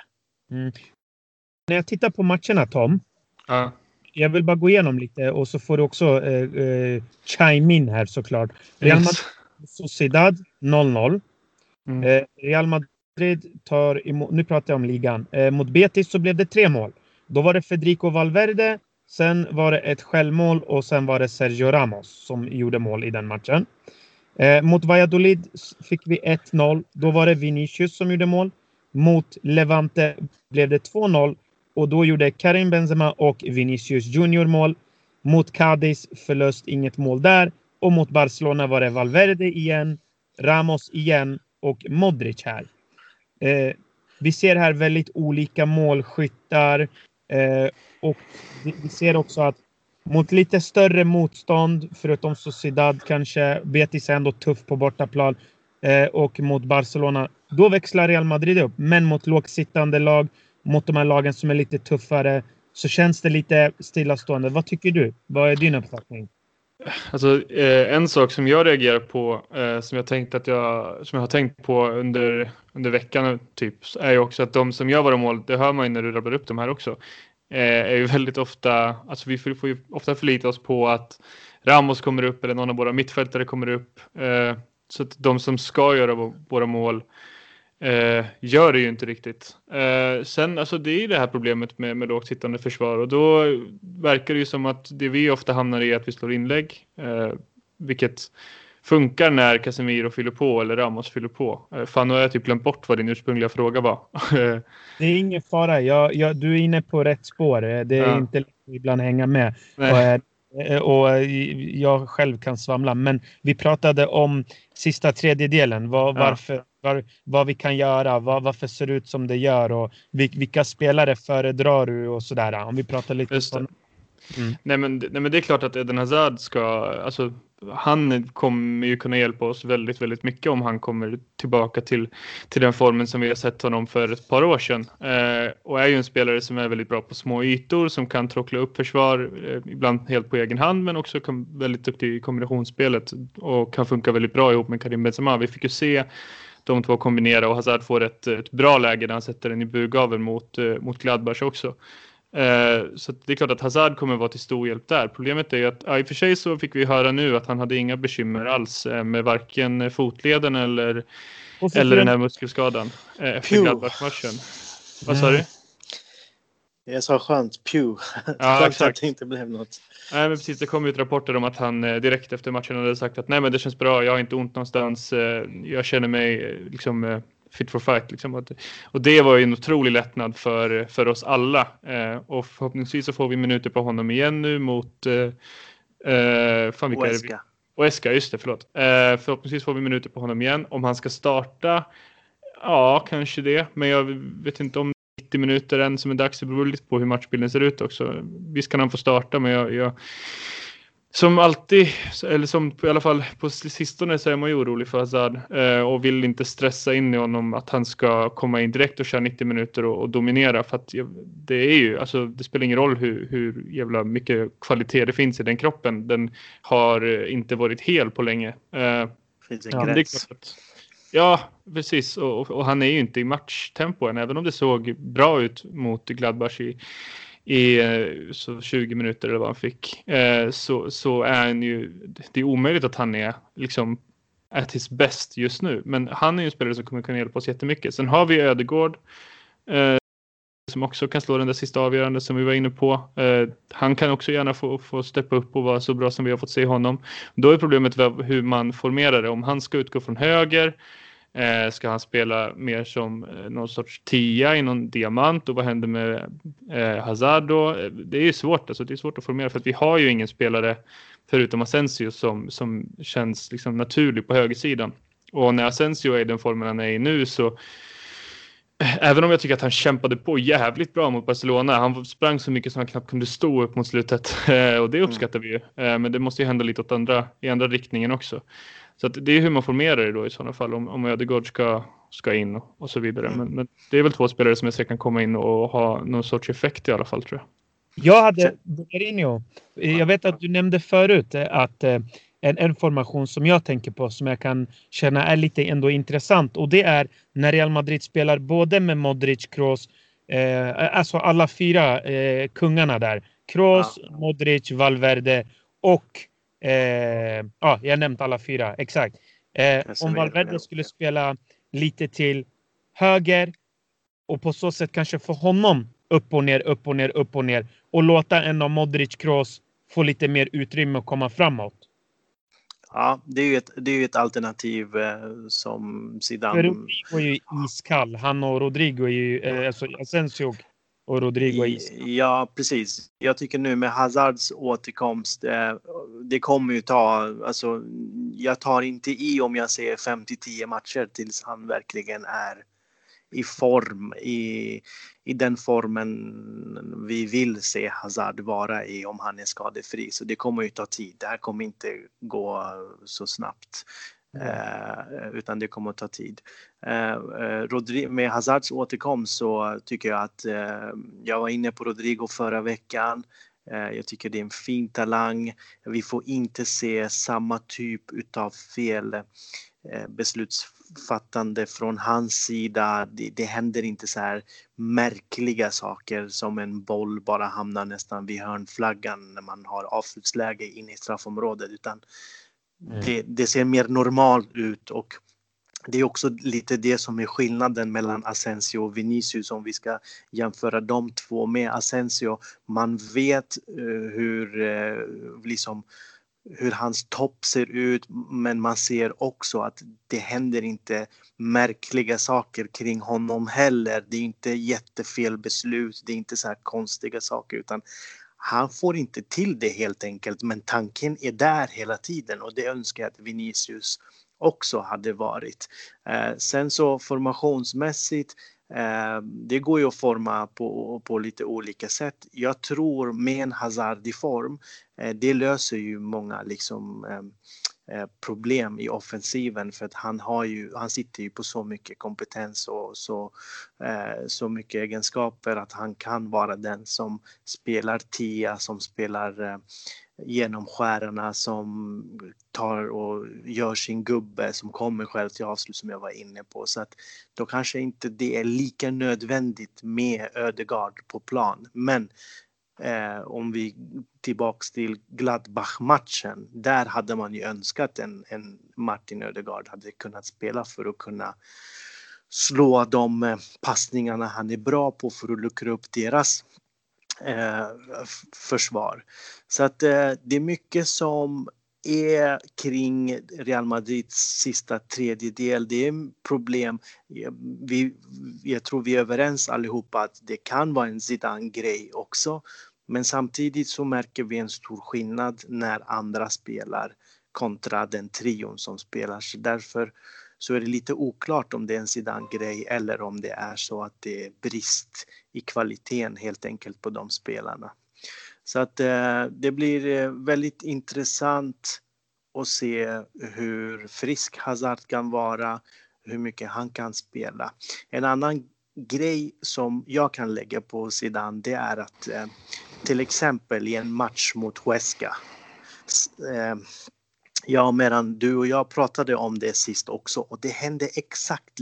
När jag tittar på matcherna, Tom. Jag vill bara gå igenom lite och så får du också chime in här såklart. Real Madrid Sociedad 0-0. Real Madrid tar emot, nu pratar jag om ligan. Mot Betis så blev det 3 mål. Då var det Federico Valverde, sen var det ett självmål och sen var det Sergio Ramos som gjorde mål i den matchen. Mot Valladolid fick vi 1-0. Då var det Vinicius som gjorde mål. Mot Levante blev det 2-0. Och då gjorde Karim Benzema och Vinicius Junior mål. Mot Cadiz förlust, inget mål där. Och mot Barcelona var det Valverde igen, Ramos igen och Modric här. Vi ser här väldigt olika målskyttar. Och vi ser också att mot lite större motstånd, förutom Sociedad kanske, Betis är ändå tuff på bortaplan. Och mot Barcelona, då växlar Real Madrid upp. Men mot lågsittande lag, mot de här lagen som är lite tuffare, så känns det lite stillastående. Vad tycker du? Vad är din uppfattning? Alltså, en sak som jag reagerar på, som jag har tänkt på under veckan typ, är ju också att de som gör våra mål, det hör man ju när du rabblar upp de här också, är ju väldigt ofta, alltså vi får ju ofta förlita oss på att Ramos kommer upp eller någon av våra mittfältare kommer upp, så att de som ska göra våra mål gör det ju inte riktigt. Sen, alltså det är ju det här problemet med lågt sittande försvar, och då verkar det ju som att det vi ofta hamnar i är att vi slår inlägg, vilket funkar när Casemiro fyller på eller Ramos fyller på. Fan, nu har jag typ glömt bort vad din ursprungliga fråga var. Det är ingen fara. Du är inne på rätt spår. Det är inte lätt att ibland hänga med. Och jag själv kan svamla. Men vi pratade om sista tredjedelen. Vad vi kan göra. Varför ser det ut som det gör. Och vilka spelare föredrar du och sådär. Om vi pratar lite om... Nej men det är klart att Eden Hazard ska, alltså han kommer ju kunna hjälpa oss väldigt, väldigt mycket om han kommer tillbaka till den formen som vi har sett honom för ett par år sedan. Och är ju en spelare som är väldigt bra på små ytor, som kan trockla upp försvar, ibland helt på egen hand, men också väldigt duktig i kombinationsspelet och kan funka väldigt bra ihop med Karim Benzema. Vi fick ju se de två kombinera, och Hazard får ett bra läge när han sätter den i burgaveln mot Gladbach också. Så det är klart att Hazard kommer vara till stor hjälp där. Problemet är ju att i och för sig så fick vi höra nu att han hade inga bekymmer alls med varken fotleden eller den här muskelskadan efter Gladbach-matchen. Vad sa du? Jag sa skönt, Ja, exakt. Att det inte blev något. Nej, men precis, det kom ut rapporter om att han direkt efter matchen hade sagt att nej, men det känns bra, jag har inte ont någonstans, jag känner mig liksom fit for fight liksom. Och det var ju en otrolig lättnad för oss alla, och förhoppningsvis så får vi minuter på honom igen nu mot Huesca, just det, förlåt. Förhoppningsvis får vi minuter på honom igen. Om han ska starta, ja, kanske det, men jag vet inte om 90 minuter än som är dags. Det beror lite på hur matchbilden ser ut också. Visst kan han få starta, men jag som alltid, eller som i alla fall på sistone, så är man ju orolig för Hazard och vill inte stressa in i honom att han ska komma in direkt och köra 90 minuter och dominera, för att det är ju, alltså det spelar ingen roll hur jävla mycket kvalitet det finns i den kroppen. Den har inte varit hel på länge. Finns en gräns. Ja, precis. Och han är ju inte i matchtempo än, även om det såg bra ut mot Gladbach i så 20 minuter eller vad han fick, så är han ju, det är omöjligt att han är liksom at his best just nu, men han är ju en spelare som kommer kunna hjälpa oss jättemycket. Sen har vi Ödegård som också kan slå den där sista avgörande som vi var inne på. Han kan också gärna få steppa upp och vara så bra som vi har fått se honom. Då är problemet hur man formerar det, om han ska utgå från höger Ska han spela mer som någon sorts 10 i någon diamant? Och vad händer med Hazard då? Det är ju svårt. Alltså, det är svårt att formera för att vi har ju ingen spelare förutom Asensio som känns liksom naturlig på högersidan. Och när Asensio är i den formen han är i nu så även om jag tycker att han kämpade på jävligt bra mot Barcelona. Han sprang så mycket som han knappt kunde stå upp mot slutet. Och det uppskattar vi ju. Men det måste ju hända lite i andra riktningen också. Så att det är hur man formerar det då i sådana fall. Om Ödegaard ska in och så vidare. Men det är väl 2 spelare som jag ser kan komma in och ha någon sorts effekt i alla fall, tror jag. Jag hade Mourinho. Jag vet att du nämnde förut att en formation som jag tänker på som jag kan känna är lite ändå intressant, och det är när Real Madrid spelar både med Modric, Kroos, alltså alla 4 kungarna där. Kroos, Modric, Valverde och jag nämnt alla 4, exakt. Om Valverde skulle spela lite till höger och på så sätt kanske få honom upp och ner och låta en av Modric, Kroos få lite mer utrymme att komma framåt. Ja, det är ju ett alternativ som Zidane... Rodrigo är ju iskall. Han och Rodrigo är ju... alltså Asensio och Rodrigo är iskall. Ja, precis. Jag tycker nu med Hazards återkomst, det kommer ju ta... Alltså, jag tar inte i om jag ser 5-10 matcher tills han verkligen är i form, i den formen vi vill se Hazard vara i om han är skadefri. Så det kommer ju ta tid. Det här kommer inte gå så snabbt. Utan det kommer att ta tid. Med Hazards återkomst så tycker jag att jag var inne på Rodrigo förra veckan. Jag tycker det är en fin talang. Vi får inte se samma typ utav fel beslutsfattande från hans sida. Det händer inte så här märkliga saker som en boll bara hamnar nästan vid hörnflaggan när man har avslutsläge inne i straffområdet, utan det ser mer normalt ut, och det är också lite det som är skillnaden mellan Asensio och Vinicius om vi ska jämföra de två. Med Asensio, man vet hur hans topp ser ut, men man ser också att det händer inte märkliga saker kring honom heller. Det är inte jättefel beslut, det är inte så här konstiga saker, utan han får inte till det helt enkelt, men tanken är där hela tiden, och det önskar jag att Vinicius också hade varit. Sen så formationsmässigt, det går ju att forma på lite olika sätt. Jag tror med en Hazard i form, det löser ju många problem i offensiven, för att han sitter ju på så mycket kompetens och så mycket egenskaper att han kan vara den som spelar 10, som spelar genomskärarna, som tar och gör sin gubbe, som kommer själv till avslut, som jag var inne på. Så att då kanske inte det är lika nödvändigt med Ödegaard på plan. Men om vi tillbaks till Gladbach-matchen, där hade man ju önskat en Martin Ödegaard hade kunnat spela för att kunna slå de passningarna han är bra på, för att luckra upp deras försvar. Så att det är mycket som är kring Real Madrids sista tredjedel. Det är problem. Jag tror vi är överens allihopa att det kan vara en Zidane-grej också. Men samtidigt så märker vi en stor skillnad när andra spelar kontra den trion som spelar. Så därför så är det lite oklart om det är en Zidane-grej eller om det är så att det är brist i kvaliteten helt enkelt på de spelarna. Så att det blir väldigt intressant att se hur frisk Hazard kan vara, hur mycket han kan spela. En annan grej som jag kan lägga på Zidane, det är att till exempel i en match mot Huesca, medan du och jag pratade om det sist också, och det hände exakt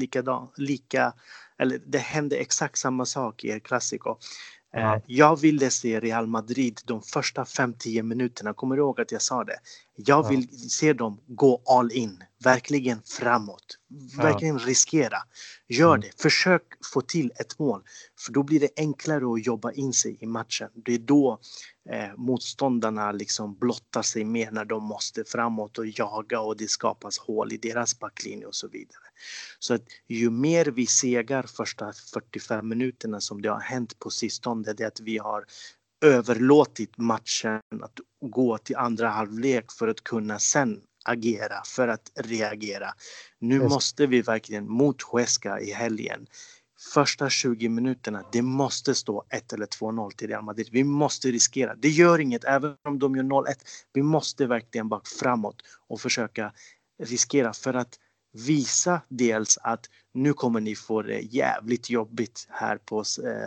det hände exakt samma sak i El Clasico. Jag ville se Real Madrid de första 5-10 minuterna. Kommer du ihåg att jag sa det? Jag vill se dem gå all in. Verkligen framåt. Verkligen riskera. Gör det. Försök få till ett mål. För då blir det enklare att jobba in sig i matchen. Det är då motståndarna liksom blottar sig mer när de måste framåt och jaga och det skapas hål i deras backlinje och så vidare. Så att ju mer vi segar första 45 minuterna som det har hänt på sistone, det är att vi har överlåtit matchen att gå till andra halvlek för att kunna sen agera, för att reagera. Nu måste vi verkligen mot Huesca i helgen. Första 20 minuterna, det måste stå 1 eller 2-0 till Real Madrid. Vi måste riskera. Det gör inget, även om de gör 0-1. Vi måste verkligen bara framåt och försöka riskera för att visa dels att nu kommer ni få det jävligt jobbigt här på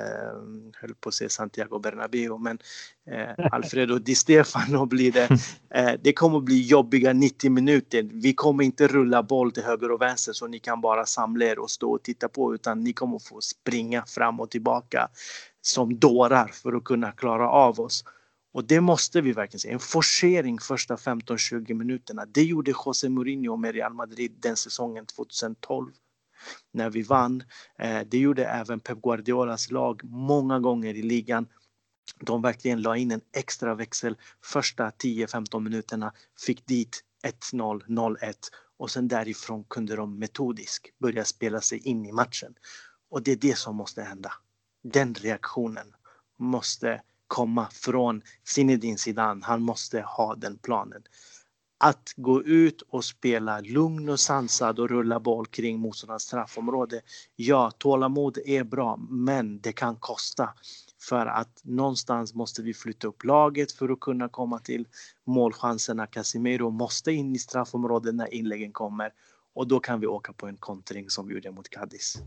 höll på att säga Santiago Bernabéu, men Alfredo Di Stefano blir det. Det kommer att bli jobbiga 90 minuter. Vi kommer inte rulla boll till höger och vänster så ni kan bara samla er och stå och titta på, utan ni kommer att få springa fram och tillbaka som dårar för att kunna klara av oss. Och det måste vi verkligen se. En forcering första 15-20 minuterna. Det gjorde José Mourinho med Real Madrid den säsongen 2012 när vi vann. Det gjorde även Pep Guardiolas lag många gånger i ligan. De verkligen la in en extra växel första 10-15 minuterna. Fick dit 1-0, 0-1 och sen därifrån kunde de metodiskt börja spela sig in i matchen. Och det är det som måste hända. Den reaktionen måste komma från Zinedine Zidane. Han måste ha den planen. Att gå ut och spela lugn och sansad och rulla boll kring motståndarnas straffområde. Ja, tålamod är bra, men det kan kosta. För att någonstans måste vi flytta upp laget för att kunna komma till målchanserna. Casemiro måste in i straffområdet när inläggen kommer. Och då kan vi åka på en kontring som vi gjorde mot Cadiz.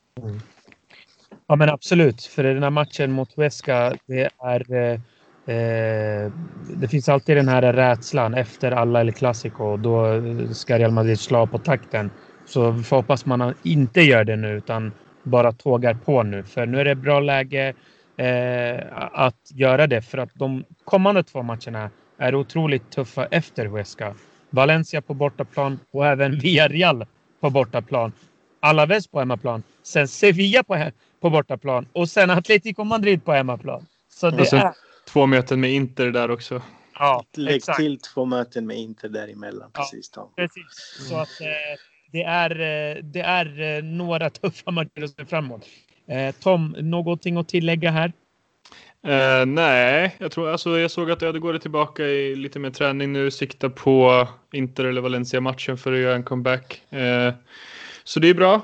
Ja, men absolut. För den här matchen mot Huesca, det finns alltid den här rädslan efter alla El Clasico. Då ska Real Madrid slå på takten. Så vi får hoppas man inte gör det nu utan bara tågar på nu. För nu är det bra läge att göra det. För att de kommande 2 matcherna är otroligt tuffa efter Huesca. Valencia på bortaplan och även Villarreal på bortaplan. Alaves på hemmaplan. Sen Sevilla på bortaplan. Och sen Atletico Madrid på hemmaplan. Så det är 2 möten med Inter där också. Ja, lägg exakt. till 2 möten med Inter däremellan. Precis, ja, precis. Så att det är några tuffa matcher att se framåt. Tom, någonting att tillägga här? Nej, jag såg att Ödegård är tillbaka i lite mer träning nu. Siktar på Inter eller Valencia-matchen för att göra en comeback. Så det är bra.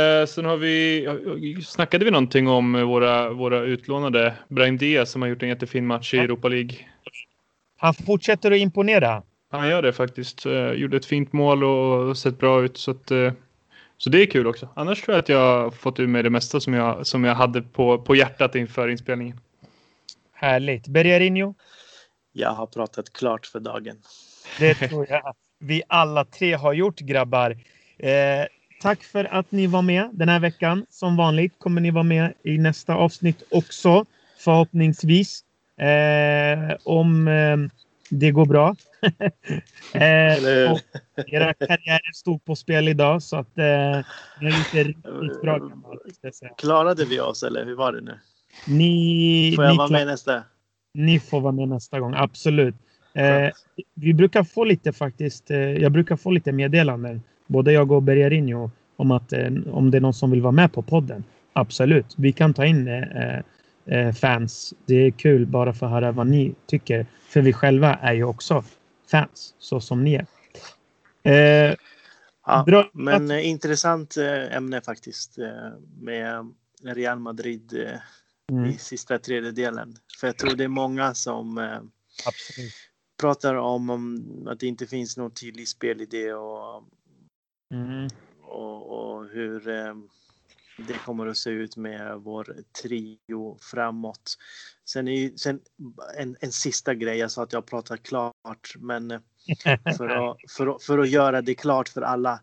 Sen snackade vi någonting om våra utlånade Brahim Diaz som har gjort en jättefin match i Europa League. Han fortsätter att imponera. Han gör det faktiskt. Gjorde ett fint mål och sett bra ut. Så det är kul också. Annars tror jag att jag har fått ur mig det mesta som jag hade på hjärtat inför inspelningen. Härligt. Bergarinho? Jag har pratat klart för dagen. Det tror jag vi alla 3 har gjort, grabbar. Tack för att ni var med den här veckan. Som vanligt kommer ni vara med i nästa avsnitt också. Förhoppningsvis. Om det går bra. Och era karriärer stod på spel idag. Så att det är lite riktigt bra. Klarade vi oss eller hur var det nu? Får jag vara med nästa? Ni får vara med nästa gång, absolut. Vi brukar få lite faktiskt. Jag brukar få lite meddelanden. Både jag och Bergarinho om att om det är någon som vill vara med på podden. Absolut. Vi kan ta in fans. Det är kul bara för att höra vad ni tycker. För vi själva är ju också fans. Så som ni är. Bra. Men intressant ämne faktiskt. Med Real Madrid i sista tredjedelen. För jag tror det är många som pratar om att det inte finns någon tydlig spelidé och hur det kommer att se ut med vår trio framåt. Sen en sista grej, jag sa att jag pratar klart, men för att göra det klart för alla.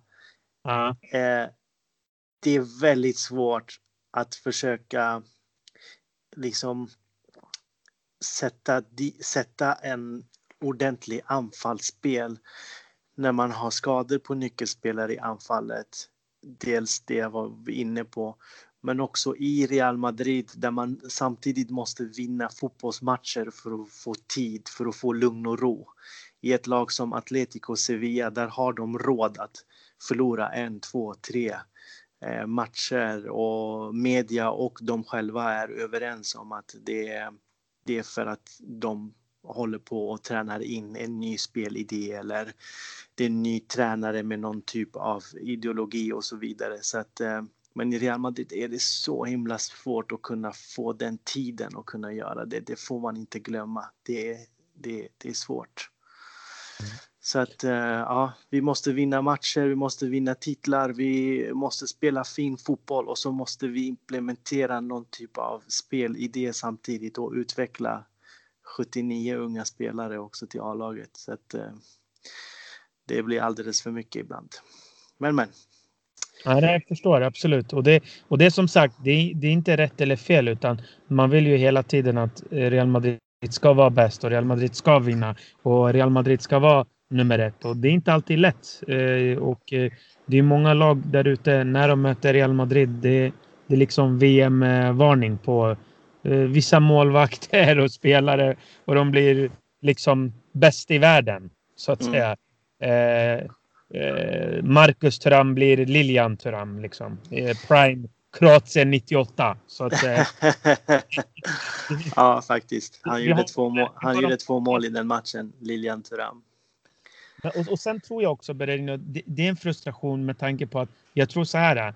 Det är väldigt svårt att försöka liksom sätta en ordentlig anfallsspel när man har skador på nyckelspelare i anfallet. Dels det jag var inne på, men också i Real Madrid där man samtidigt måste vinna fotbollsmatcher för att få tid, för att få lugn och ro. I ett lag som Atletico och Sevilla, där har de råd att förlora 1, 2, 3 matcher, och media och de själva är överens om att det är för att de håller på och tränar in en ny spelidé, eller det är en ny tränare med någon typ av ideologi och så vidare. Så att, men i Real Madrid är det så himla svårt att kunna få den tiden och kunna göra det. Det får man inte glömma. Det är svårt. Så att ja, vi måste vinna matcher, vi måste vinna titlar, vi måste spela fin fotboll, och så måste vi implementera någon typ av spelidé samtidigt och utveckla 79 unga spelare också till A-laget. Så att det blir alldeles för mycket ibland. Men. Ja, det jag förstår absolut. Och det är som sagt, det är inte rätt eller fel, utan man vill ju hela tiden att Real Madrid ska vara bäst och Real Madrid ska vinna och Real Madrid ska vara nummer 1. Och det är inte alltid lätt. Och det är många lag där ute när de möter Real Madrid. Det är liksom VM-varning på vissa målvakter och spelare, och de blir liksom bäst i världen så att säga. Marcus Thuram blir Lilian Thuram liksom. Prime Kroatien 98 så att ja, faktiskt. Han gjorde 2 mål i den matchen, Lilian Thuram. Och sen tror jag också, Berarino, det är en frustration med tanke på att jag tror så här,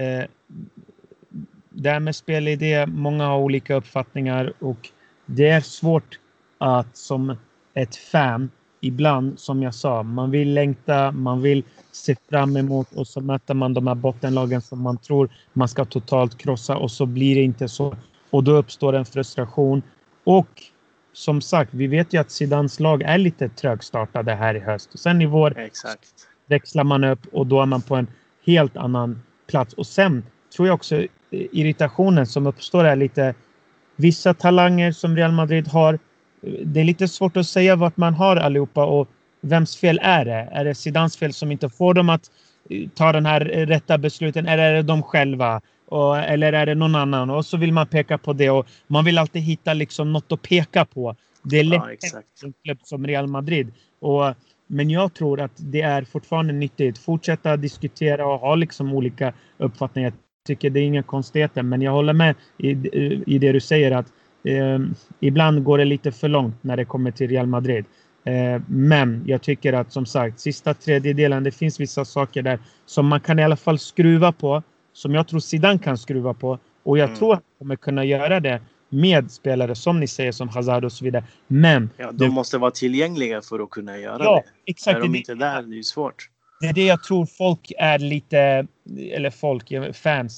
det här med spelidé, många har olika uppfattningar, och det är svårt att som ett fan ibland, som jag sa, man vill längta, man vill se fram emot, och så möter man de här bottenlagen som man tror man ska totalt krossa, och så blir det inte så, och då uppstår en frustration. Och som sagt, vi vet ju att Zidans lag är lite trögstartade här i höst, och sen i vår växlar man upp, och då är man på en helt annan plats. Och sen tror jag också irritationen som uppstår är lite vissa talanger som Real Madrid har. Det är lite svårt att säga vart man har allihopa, och vems fel är det? Är det Zidans fel som inte får dem att ta den här rätta besluten, eller är det de själva? Eller är det någon annan? Och så vill man peka på det, och man vill alltid hitta liksom något att peka på. Det är lätt en klubb som Real Madrid. Men jag tror att det är fortfarande nyttigt. Fortsätta diskutera och ha liksom olika uppfattningar. Jag tycker det är inga konstigheter, men jag håller med i det du säger, att ibland går det lite för långt när det kommer till Real Madrid. Men jag tycker att, som sagt, sista tredjedelen, det finns vissa saker där som man kan i alla fall skruva på, som jag tror Zidane kan skruva på, och jag tror att de kommer kunna göra det med spelare som ni säger, som Hazard och så vidare. Men de måste vara tillgängliga för att kunna göra det. Exakt. Är de inte där, det är ju svårt. Det är det jag tror folk är lite, eller fans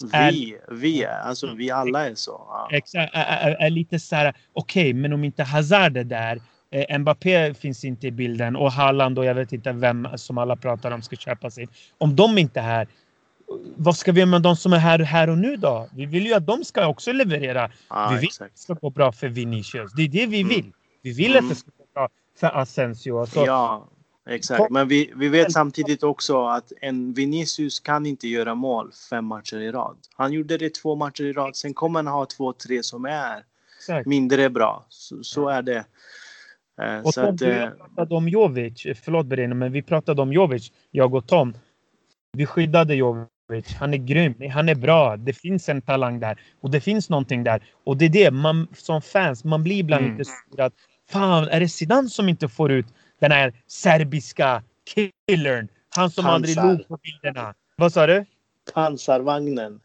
vi alla är så. Ja. Exakt, är lite så här, okej, men om inte Hazard är där, Mbappé finns inte i bilden, och Haaland och jag vet inte vem som alla pratar om ska köpa sig. Om de inte är här, vad ska vi göra med de som är här och nu då? Vi vill ju att de ska också leverera. Vi vill att det ska gå bra för Vinicius. Det är det vi vill. Vi vill att det ska gå bra för Asensio. Så. Ja, exakt. Men vi vet samtidigt också att en Vinicius kan inte göra mål 5 matcher i rad. Han gjorde det 2 matcher i rad. Sen kommer han ha 2-3 som är mindre bra. Så är det. Och så att, vi pratade om Jovic. Förlåt Berino, men vi pratade om Jovic. Jag och Tom. Vi skyddade Jovic. Han är grym. Han är bra. Det finns en talang där. Och det finns någonting där. Och det är det. Man, som fans, man blir ibland lite sur att fan, är det Zidane som inte får ut den här serbiska killern? Han som aldrig låg på bilderna. Vad sa du? Pansarvagnen.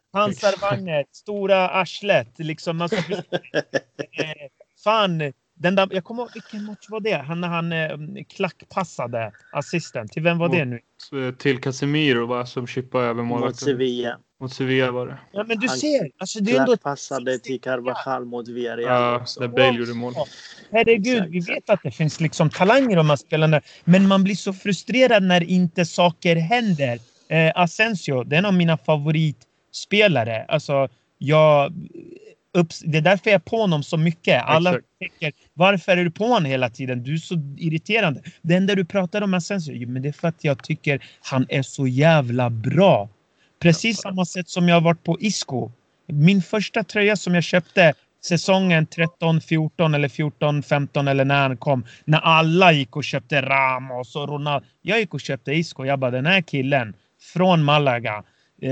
Stora arslet. Liksom, man ska fan. Den där, jag kommer ihåg, vilken match var det? Han klackpassade assisten. Till vem var det nu? Till Casemiro, va, som chippade över målet. Mot Sevilla var det. Ja, men du ser. Alltså, det klackpassade till Carvajal mot Villarreal också. Där Bale gjorde mål. Herregud, exakt. Vi vet att det finns liksom talanger om man spelar, men man blir så frustrerad när inte saker händer. Asensio, det är en av mina favoritspelare. Alltså, det är därför jag är på honom så mycket. Alla tänker, varför är du på honom hela tiden? Du är så irriterande. Det enda du pratar om Asensio, men det är för att jag tycker han är så jävla bra. Precis samma sätt som jag har varit på Isco. Min första tröja som jag köpte säsongen 13-14 eller 14-15 eller när han kom. När alla gick och köpte Ramos och Ronaldo. Jag gick och köpte Isco. Jag bara, den här killen från Malaga.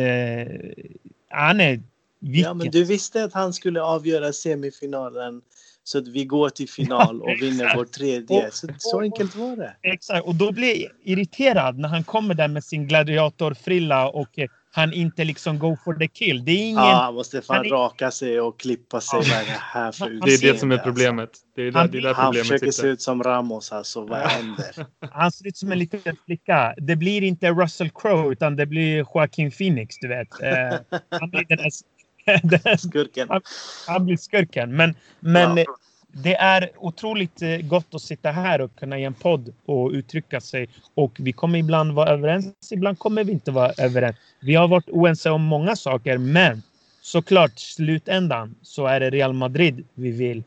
Han är viktig. Ja, men du visste att han skulle avgöra semifinalen. Så att vi går till final och vinner vår tredje. Så enkelt var det. Exakt. Och då blir jag irriterad när han kommer där med sin gladiatorfrilla och han inte liksom go for the kill. Det är ingen... han måste fan raka sig och klippa sig. Vad är det här för det är det som är problemet. Alltså. Det är där han problemet försöker se ut som Ramos. Alltså, vad händer? Han ser ut som en liten flicka. Det blir inte Russell Crowe utan det blir Joaquin Phoenix, du vet. Han blir den här skurken. Han blir skurken. Men det är otroligt gott att sitta här och kunna ge en podd och uttrycka sig. Och vi kommer ibland vara överens, ibland kommer vi inte vara överens. Vi har varit oense om många saker, men såklart slutändan så är det Real Madrid vi vill.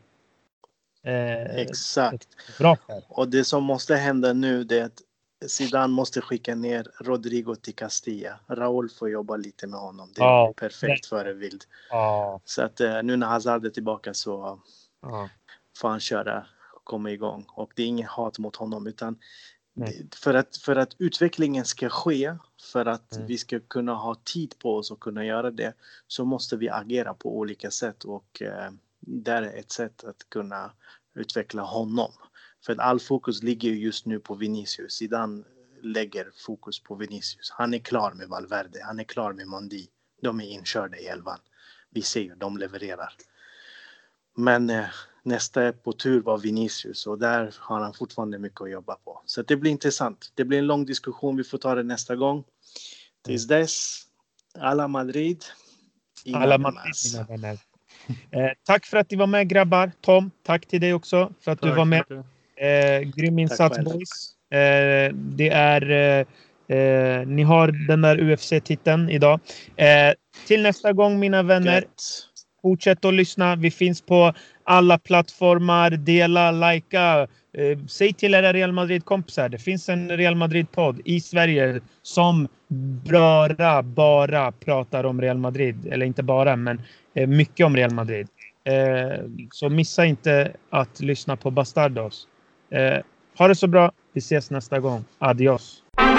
Exakt. Bra för. Och det som måste hända nu är att Zidane måste skicka ner Rodrigo till Castilla. Raúl får jobba lite med honom. Det är perfekt före Vild. Så att nu när Hazard är tillbaka så får han köra och komma igång. Och det är ingen hat mot honom utan för att utvecklingen ska ske, för att vi ska kunna ha tid på oss och kunna göra det, så måste vi agera på olika sätt. Och där är ett sätt att kunna utveckla honom. För att all fokus ligger just nu på Vinicius. Zidane lägger fokus på Vinicius. Han är klar med Valverde. Han är klar med Mondi. De är inkörda i elvan. Vi ser ju, de levererar. Men nästa på tur var Vinicius. Och där har han fortfarande mycket att jobba på. Så det blir intressant. Det blir en lång diskussion. Vi får ta det nästa gång. Tills dess, alla Madrid. Alla Madrid, mina vänner. Tack för att ni var med, grabbar. Tom, tack till dig också för att du var med. Grym insats, boys. Det är ni har den där UFC-titeln idag. Till nästa gång, mina vänner. Fortsätt att lyssna. Vi finns på alla plattformar. Dela, likea. Säg till era Real Madrid-kompisar. Det finns en Real Madrid-podd i Sverige som bara pratar om Real Madrid. Eller inte bara, men mycket om Real Madrid. Så missa inte att lyssna på Bastardos. Ha det så bra. Vi ses nästa gång. Adios.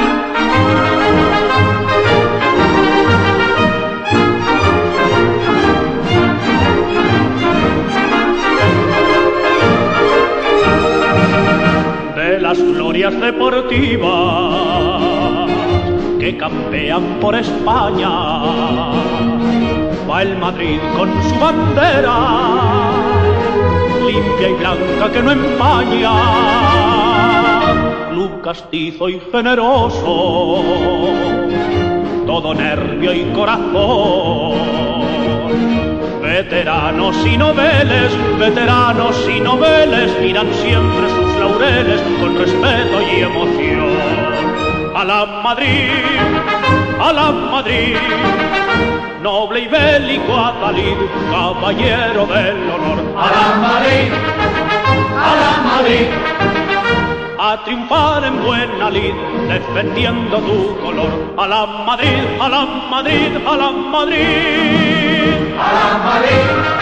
De las glorias deportivas que campean por España va el Madrid con su bandera limpia y blanca que no empaña, club castizo y generoso, todo nervio y corazón, veteranos y noveles miran siempre sus laureles con respeto y emoción. A la Madrid, noble y bélico Adalid, caballero del honor. A la Madrid, a triunfar en buena lid, defendiendo tu color. A la Madrid, a la Madrid, a la Madrid, a la Madrid.